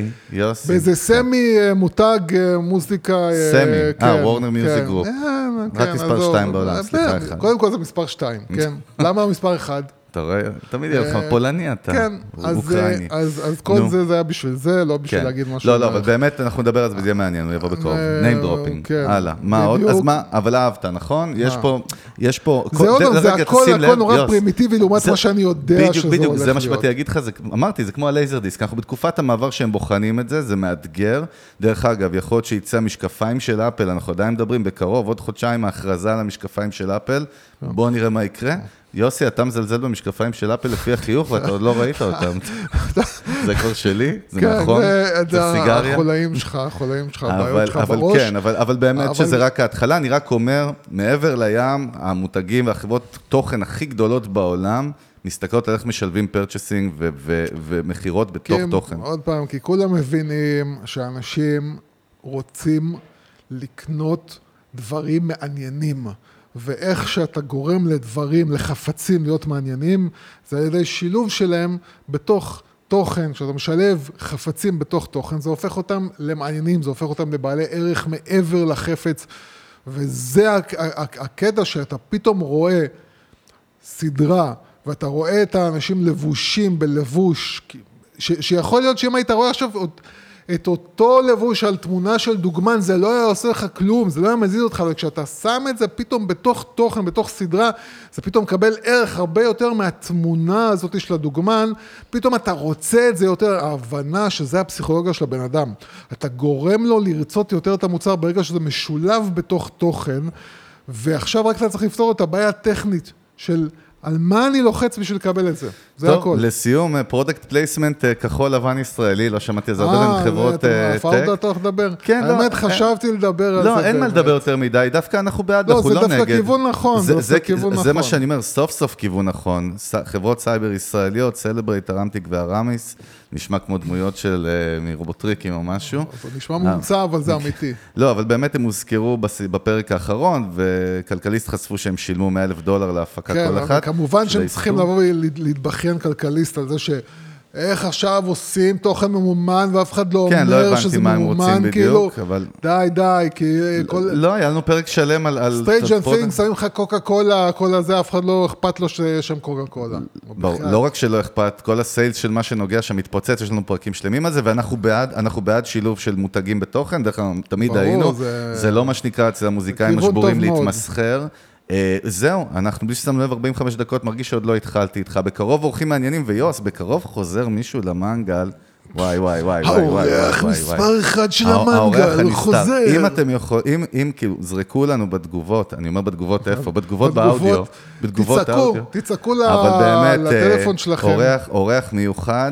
באיזה סמי מותג מוזיקה. סמי, אה, וורנר מיוזיק גרופ. רק מספר שתיים בעולם, סליחה אחד. קודם כל זה מספר שתיים, כן. למה מספר אחד? אתה רואה, תמיד יהיה לך פולני אתה, אוקראיני. אז כל זה זה היה בשביל זה, לא בשביל להגיד משהו. לא, לא, אבל באמת אנחנו נדבר על זה וזה יהיה מעניין, הוא יבוא בקרוב. name dropping, הלאה. מה עוד? אז מה, אבל אהבת, נכון? יש פה, יש פה... זה עוד, זה הכל נורא פרימיטיבי לעומת מה שאני יודע שזה הולך להיות. זה מה שבאתי להגיד לך, אמרתי, זה כמו הלייזר דיסק, אנחנו בתקופת המעבר שהם בוחנים את זה, זה מאתגר. דרך אגב, יכול להיות שיצא משקפיים של אפל, אנחנו עדיין מדברים בקרוב, עוד חודשיים ההכרזה על המשקפיים של אפל, בואו נראה מה יקרה. יוסי, אתה מזלזל במשקפיים של אפל לפי החיוך, ואתה עוד לא ראית אותם. זה כבר שלי, זה נכון, זה סיגריה. החולאים שלך, החולאים שלך, הבעיות שלך בראש. כן, אבל באמת שזה רק ההתחלה, אני רק אומר, מעבר לים, המותגים והחברות תוכן הכי גדולות בעולם, מסתכלות על איך משלבים פרצ'סינג ומחירות בתוך תוכן. עוד פעם, כי כולם מבינים שאנשים רוצים לקנות דברים מעניינים. ואיך שאתה גורם לדברים, לחפצים להיות מעניינים, זה על ידי שילוב שלהם בתוך תוכן, כשאתה משלב חפצים בתוך תוכן, זה הופך אותם למעניינים, זה הופך אותם לבעלי ערך מעבר לחפץ, וזה הקטע שאתה פתאום רואה סדרה, ואתה רואה את האנשים לבושים בלבוש, שיכול להיות שאם היית רואה עכשיו את אותו לבוש על תמונה של דוגמן, זה לא היה עושה לך כלום, זה לא היה מזיז אותך, וכשאתה שם את זה פתאום בתוך תוכן, בתוך סדרה, זה פתאום מקבל ערך הרבה יותר מהתמונה הזאת של הדוגמן, פתאום אתה רוצה את זה יותר, ההבנה שזה הפסיכולוגיה של הבן אדם. אתה גורם לו לרצות יותר את המוצר ברגע שזה משולב בתוך תוכן, ועכשיו רק אתה צריך לפתור את הבעיה הטכנית של על מה אני לוחץ בשביל לקבל את זה? זה הכל. טוב, לסיום, פרודקט פלייסמנט כחול לבן ישראלי, לא שמעתי את זה הרבה עם חברות טק. אה, פאודה אתה הולך לדבר? כן, לא. האמת, חשבתי לדבר על זה. לא, אין מה לדבר יותר מדי, דווקא אנחנו בעד, אנחנו לא נגד. לא, זה דווקא כיוון נכון, זה דווקא כיוון נכון. זה מה שאני אומר, סוף סוף כיוון נכון. חברות סייבר ישראליות, סלברייט, הרמטיק והרמיס, נשמע כמו דמויות של מרובוטריקים או משהו. זה נשמע מומצא, אבל זה אמיתי. לא, אבל באמת הם הוזכרו בפרק האחרון, וכלכליסט חשפו שהם שילמו מאה אלף דולר להפקה כל אחת. כמובן שהם צריכים לבוא ולהתבחן כלכליסט על זה איך עכשיו עושים תוכן ממומן, ואף אחד לא כן, אומר לא שזה מה ממומן, כאילו, אבל... די, די, כי... כל... לא, היה לנו פרק שלם על... על Strange and Things, שמים לך קוקה קולה, כל הזה, אף אחד לא אכפת לו שם קוקה קולה. לא רק שלא אכפת, כל הסיילס של מה שנוגע שם מתפוצץ, יש לנו פרקים שלמים על זה, ואנחנו בעד, אנחנו בעד שילוב של מותגים בתוכן, דרך כלל תמיד ברור, היינו, זה... זה לא מה שנקרא אצל המוזיקאים השבורים להתמסחר. Uh, זהו, אנחנו בלי ששמנו לב ארבעים וחמש דקות, מרגיש שעוד לא התחלתי איתך, בקרוב אורחים מעניינים, ויוס, בקרוב חוזר מישהו למנגל, וואי וואי וואי וואי וואי. האורח מספר אחד של המנגל, הוא חוזר. אם אתם יכולים, אם כאילו, זרקו לנו בתגובות, אני אומר בתגובות איפה? בתגובות באודיו. בתגובות האודיו. תצעקו לטלפון שלכם. אורח מיוחד,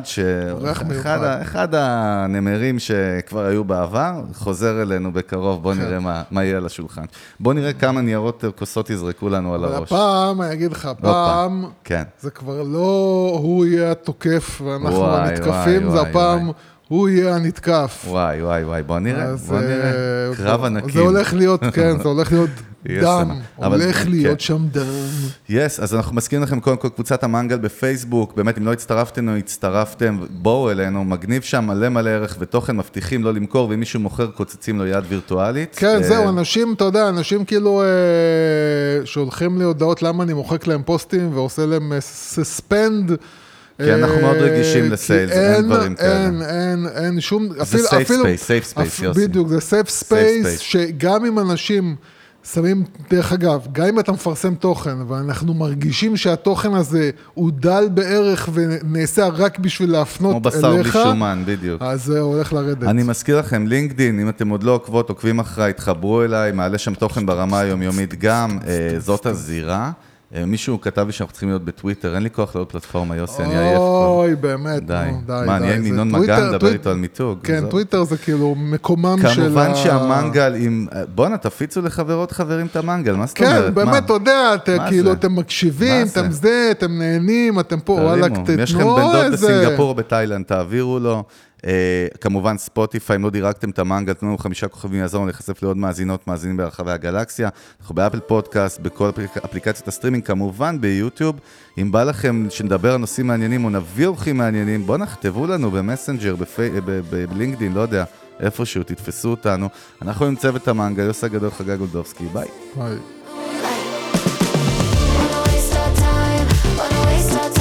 אחד הנמרים שכבר היו בעבר, חוזר אלינו בקרוב, בוא נראה מה יהיה על השולחן. בוא נראה כמה ניירות כוסות יזרקו לנו על הראש. הפעם, אני אגיד לך, הפעם, זה כבר לא הוא יהיה התוקף ואנחנו המתקפים, זה הפעם הוא יהיה הנתקף. וואי, וואי, וואי, בוא נראה, בוא נראה. קרב ענקים. זה הולך להיות, כן, זה הולך להיות דם. הולך להיות שם דם. יס, אז אנחנו מזכירים לכם קודם כל קבוצת המנגל בפייסבוק, באמת אם לא הצטרפתם או הצטרפתם, בואו אלינו, מגניב שם מלא מלא ערך ותוכן, מבטיחים לא למכור, ואם מישהו מוכר קוצצים לו יד וירטואלית. כן, זהו, אנשים, אתה יודע, אנשים כאילו שהולכים להודעות למה אני מוחק להם פוסטים ועושה להם סספנד, כי אנחנו מאוד רגישים לסיילס, אין דברים כאלה. אין, אין, אין שום... זה safe space, safe space, יוסי. בדיוק, זה safe space, שגם אם אנשים שמים, דרך אגב, גם אם אתה מפרסם תוכן, ואנחנו מרגישים שהתוכן הזה הוא דל בערך ונעשה רק בשביל להפנות אליך, כמו בשר בשומן, בדיוק. אז זה הולך לרדת. אני מזכיר לכם, לינקדין, אם אתם עוד לא עוקבות, עוקבים אחריי, התחברו אליי, מעלה שם תוכן ברמה היומיומית גם, זאת הזירה. מישהו כתב לי שאנחנו צריכים להיות בטוויטר, אין לי כוח לעוד פלטפורמה, יוסי, אני עייף כבר. אוי, באמת, די, די. מה, אני אהיה עם ינון מגן, דבר איתו על מיתוג. כן, טוויטר זה כאילו מקומם של... כמובן שהמנגל, בואנה, תפיצו לחברות חברים את המנגל, מה זאת אומרת? כן, באמת, אתה יודע, כאילו, אתם מקשיבים, אתם זה, אתם נהנים, אתם פה, וואלה, תתנו יש לכם בן דוד בסינגפור או בתאילנד, תעבירו לו. כמובן ספוטיפיי, אם לא דירקתם את המנגל, תנו לנו חמישה כוכבים, יעזור לנו לחשף לעוד מאזינות, מאזינים ברחבי הגלקסיה, אנחנו באפל פודקאסט, בכל אפליקציות הסטרימינג, כמובן ביוטיוב, אם בא לכם שנדבר על נושאים מעניינים או נביא אורחים מעניינים, בואו נכתבו לנו במסנג'ר, בלינקדין, לא יודע, איפשהו, תתפסו אותנו, אנחנו עם צוות המנגל, יוסי גדול, חגי גולדובסקי, ביי. ביי.